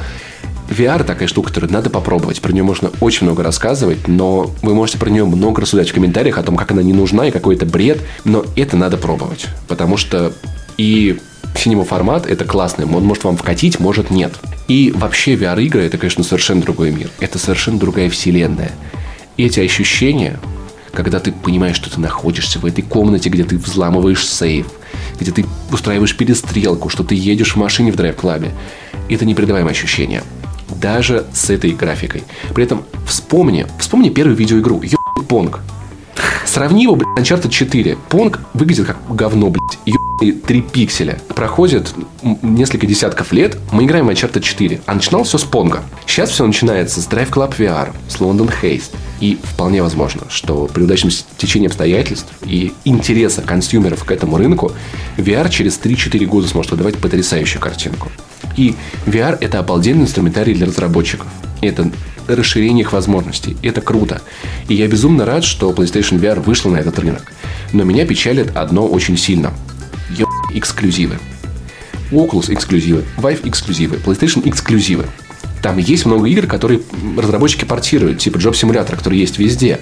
VR такая штука, которую надо попробовать. Про нее можно очень много рассказывать, но вы можете про нее много рассуждать в комментариях о том, как она не нужна и какой это бред. Но это надо пробовать. Потому что и синема формат это классно. Он может вам вкатить, может нет. И вообще VR-игры это, конечно, совершенно другой мир. Это совершенно другая вселенная. И эти ощущения, когда ты понимаешь, что ты находишься в этой комнате, где ты взламываешь сейф, где ты устраиваешь перестрелку, что ты едешь в машине в драйв-клабе, это непередаваемое ощущение. Даже с этой графикой. При этом вспомни первую видеоигру. Понг. Сравни его, блядь, Uncharted 4. Понг выглядит как говно, блядь. 3 пикселя. Проходит несколько десятков лет, мы играем в Uncharted 4. А начинал все с Понга. Сейчас все начинается с Drive Club VR, с London Haze. И вполне возможно, что при удачном течении обстоятельств и интереса консюмеров к этому рынку, VR через 3-4 года сможет выдавать потрясающую картинку. И VR – это обалденный инструментарий для разработчиков. Это расширение их возможностей. Это круто. И я безумно рад, что PlayStation VR вышла на этот рынок. Но меня печалит одно очень сильно. Эксклюзивы. Oculus эксклюзивы, Vive эксклюзивы, PlayStation эксклюзивы. Там есть много игр, которые разработчики портируют, типа Job Simulator, который есть везде.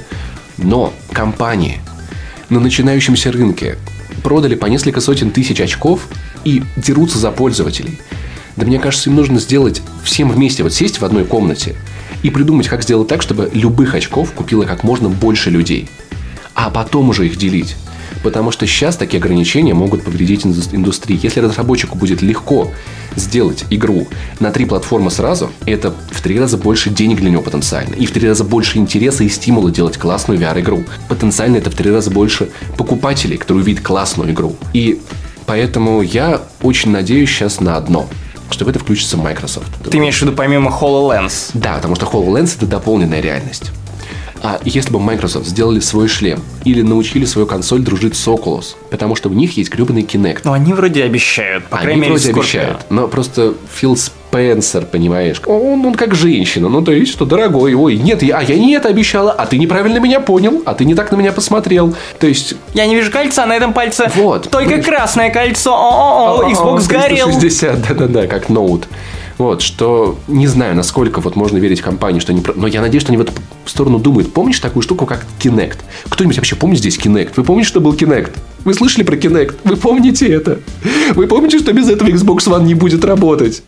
Но компании на начинающемся рынке продали по несколько сотен тысяч очков и дерутся за пользователей. Да мне кажется, им нужно сделать всем вместе, вот сесть в одной комнате и придумать, как сделать так, чтобы любых очков купило как можно больше людей. А потом уже их делить. Потому что сейчас такие ограничения могут повредить индустрии. Если разработчику будет легко сделать игру на 3 платформы сразу, это в 3 раза больше денег для него потенциально. И в 3 раза больше интереса и стимула делать классную VR-игру. Потенциально это в 3 раза больше покупателей, которые увидят классную игру. И поэтому я очень надеюсь сейчас на одно. Что в это включится Microsoft. Ты имеешь в виду помимо HoloLens? Да, потому что HoloLens — это дополненная реальность. А если бы Microsoft сделали свой шлем или научили свою консоль дружить с Oculus, потому что у них есть гребаный Kinect. Ну, они вроде обещают, по крайней мере, вроде обещают, но просто Фил Спенсер, понимаешь, он как женщина, ну то есть, что, дорогой, ой, нет, я не это обещала, а ты неправильно меня понял, а ты не так на меня посмотрел, то есть... Я не вижу кольца на этом пальце, вот, только красное кольцо, Xbox сгорел. 360, да-да-да, как ноут. Вот, что не знаю, насколько вот можно верить компании, что они... Но я надеюсь, что они в эту сторону думают. Помнишь такую штуку, как Kinect? Кто-нибудь вообще помнит здесь Kinect? Вы помните, что был Kinect? Вы слышали про Kinect? Вы помните это? Вы помните, что без этого Xbox One не будет работать?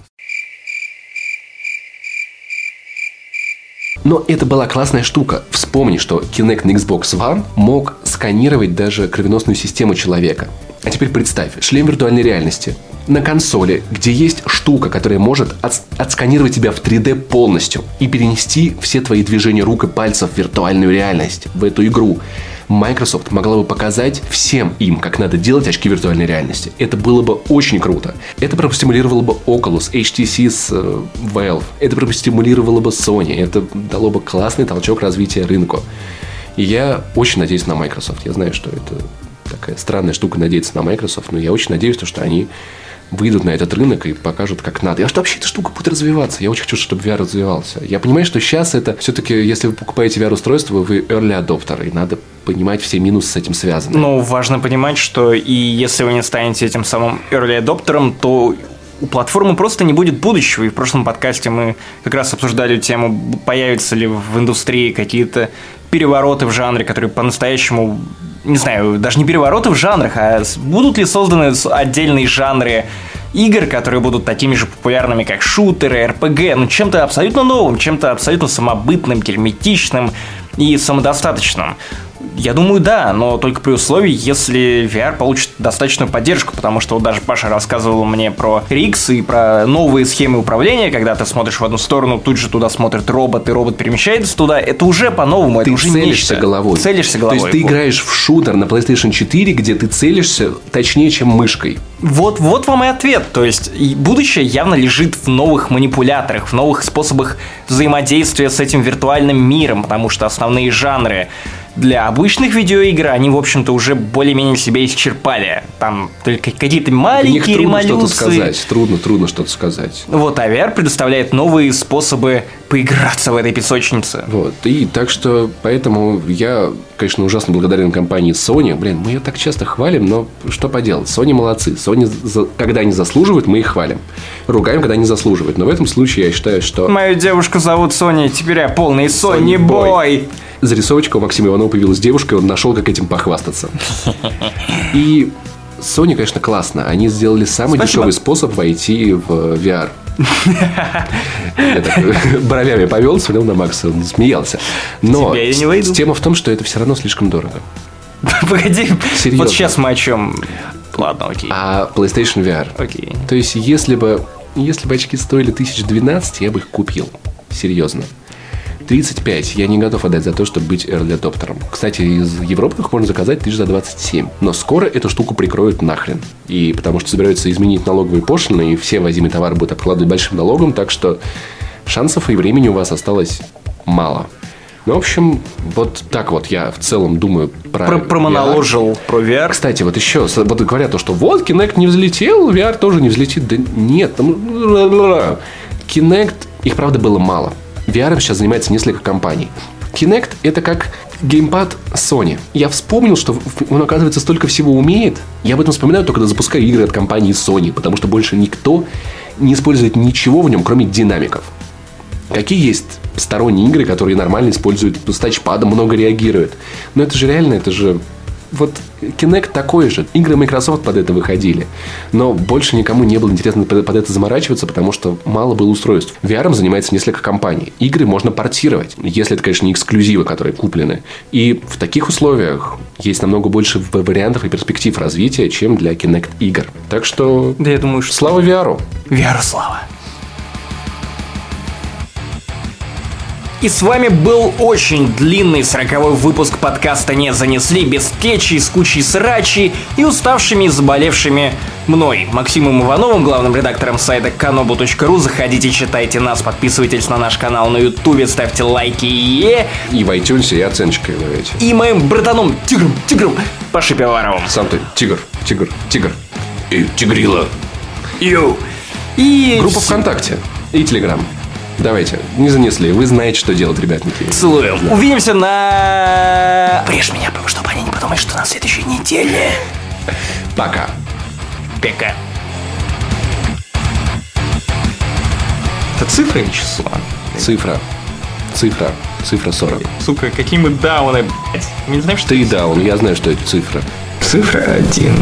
Но это была классная штука. Вспомни, что Kinect на Xbox One мог сканировать даже кровеносную систему человека. А теперь представь, шлем виртуальной реальности на консоли, где есть штука, которая может отсканировать тебя в 3D полностью и перенести все твои движения рук и пальцев в виртуальную реальность, в эту игру. Microsoft могла бы показать всем им, как надо делать очки виртуальной реальности. Это было бы очень круто. Это простимулировало бы Oculus, HTC с Valve. Это простимулировало бы Sony. Это дало бы классный толчок развития рынку. И я очень надеюсь на Microsoft. Я знаю, что это такая странная штука надеяться на Microsoft, но я очень надеюсь, что они выйдут на этот рынок и покажут, как надо. И что вообще эта штука будет развиваться. Я очень хочу, чтобы VR развивался. Я понимаю, что сейчас это все-таки, если вы покупаете VR-устройство, вы early adopter, и надо понимать все минусы с этим связаны. Ну, важно понимать, что и если вы не станете этим самым early adopterом, то у платформы просто не будет будущего. И в прошлом подкасте мы как раз обсуждали тему, появятся ли в индустрии какие-то перевороты в жанре, которые по-настоящему... Не знаю, даже не перевороты в жанрах, а будут ли созданы отдельные жанры игр, которые будут такими же популярными, как шутеры, РПГ, ну чем-то абсолютно новым, чем-то абсолютно самобытным, герметичным и самодостаточным. Я думаю, да, но только при условии, если VR получит достаточную поддержку, потому что вот даже Паша рассказывал мне про RIX и про новые схемы управления, когда ты смотришь в одну сторону, тут же туда смотрит робот, и робот перемещается туда, это уже по-новому, это уже целишься нечто. головой. Целишься головой. То есть ты играешь в шутер на PlayStation 4, где ты целишься точнее, чем мышкой. Вот вам и ответ. То есть будущее явно лежит в новых манипуляторах, в новых способах взаимодействия с этим виртуальным миром, потому что основные жанры для обычных видеоигр, они, в общем-то, уже более-менее себя исчерпали. Там только какие-то маленькие ремолюции. Трудно что-то сказать. Трудно что-то сказать. Вот, а VR предоставляет новые способы поиграться в этой песочнице. Вот, и так что, поэтому я, конечно, ужасно благодарен компании Sony. Блин, мы ее так часто хвалим, но что поделать. Sony молодцы. Sony, когда они заслуживают, мы их хвалим. Ругаем, когда они заслуживают. Но в этом случае я считаю, что... Мою девушку зовут Соня, теперь я полный Sony Boy. Зарисовочка у Максима Иванова появилась девушка, и он нашел, как этим похвастаться. И Sony, конечно, классно. Они сделали самый дешевый способ войти в VR. Я так бровями повел, смотрел на Макса, он смеялся. Но тема в том, что это все равно слишком дорого. Погоди, серьезно. Вот сейчас мы о чем? Ладно, окей. А PlayStation VR. Окей. То есть, если бы очки стоили 1012, я бы их купил. Серьезно. 35 я не готов отдать за то, чтобы быть early adopter'ом. Кстати, из Европы их можно заказать 1027. Но скоро эту штуку прикроют нахрен. И потому что собираются изменить налоговые пошлины, и все возимые товары будут обкладывать большим налогом, так что шансов и времени у вас осталось мало. Ну, в общем, вот так вот я в целом думаю про промоноложил про VR. Кстати, вот еще, вот говорят то, что вот Kinect не взлетел, VR тоже не взлетит. Да нет, там... Kinect, их правда было мало. VR сейчас занимается несколько компаний. Kinect — это как геймпад Sony. Я вспомнил, что он, оказывается, столько всего умеет. Я об этом вспоминаю только когда запускаю игры от компании Sony, потому что больше никто не использует ничего в нем, кроме динамиков. Какие есть сторонние игры, которые нормально используют с тачпадом, много реагируют? Но это же реально, это же вот Kinect такой же. Игры Microsoft под это выходили. Но больше никому не было интересно под это заморачиваться, потому что мало было устройств. VR занимается несколько компаний. Игры можно портировать, если это, конечно, не эксклюзивы, которые куплены. И в таких условиях есть намного больше вариантов и перспектив развития, чем для Kinect игр. Так что... Да я думаю, что... Слава VR! VR слава! И с вами был очень длинный 40-й выпуск подкаста «Не занесли», без кетчей, с кучей срачей и уставшими и заболевшими мной, Максимом Ивановым, главным редактором сайта kanobu.ru. Заходите, читайте нас, подписывайтесь на наш канал на Ютубе, ставьте лайки и в iTunes и оценочкой давайте. И моим братаном, тигром Пашей Пивоваровым. Сам ты тигр. И тигрила. Йоу. И... Группа ВКонтакте и Телеграм. Давайте, не занесли. Вы знаете, что делать, ребятники. Целуем. Да. Увидимся на... Прежь меня, чтобы они не подумали, что на следующей неделе. Пока. Пека. Это цифра или число? Цифра 40. Сука, какие мы дауны, блядь. Мы не знаем, что... Ты даун, я знаю, что это цифра. Цифра 1.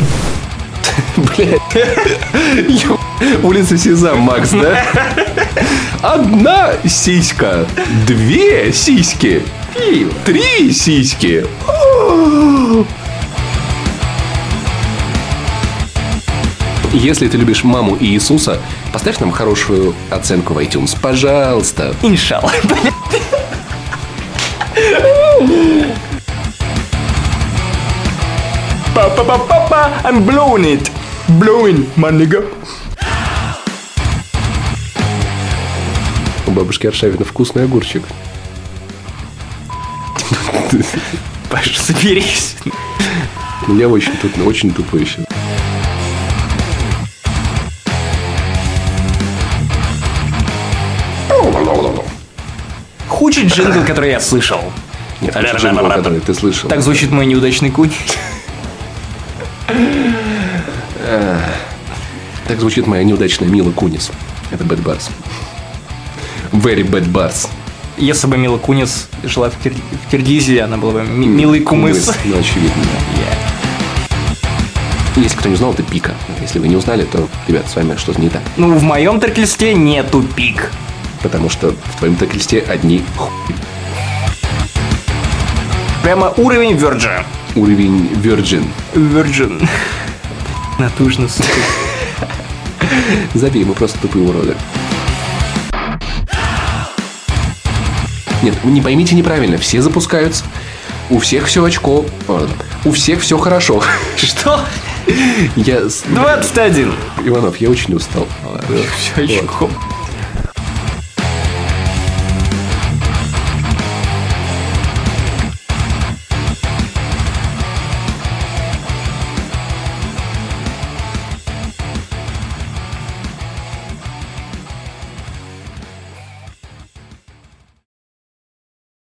Блядь. Улица Сезам, Макс, да? 1 сиська, 2 сиськи, 3 сиськи. Если ты любишь маму и Иисуса, поставь нам хорошую оценку в iTunes, пожалуйста. Иншаллах, блядь. Папа, I'm blowing it. Blowing, my nigga. У бабушки Аршавина вкусный огурчик. Паша, соберись. Я очень тупой еще. Худший джингл, который я слышал. Нет, худший джингл, который ты слышал. Так звучит мой неудачный кунь. Так звучит моя неудачная Мила Кунис. Это Bad Bars. Very Bad Bars. Если бы Мила Кунис жила в Киргизии, она была бы Милый Кумыс. Ну, очевидно, да. Если кто не знал, это Пика. Если вы не узнали, то, ребят, с вами что-то не так. Ну, в моем трек-листе нету пик. Потому что в твоем трек-листе одни хуй. Прямо уровень Virgin. Уровень Virgin. Virgin. Натужно, сука. Забей, мы просто тупые уроды. Нет, не поймите неправильно, все запускаются. У всех все очко. У всех все хорошо. Что? Я... 21. Иванов, я очень устал. Все очко.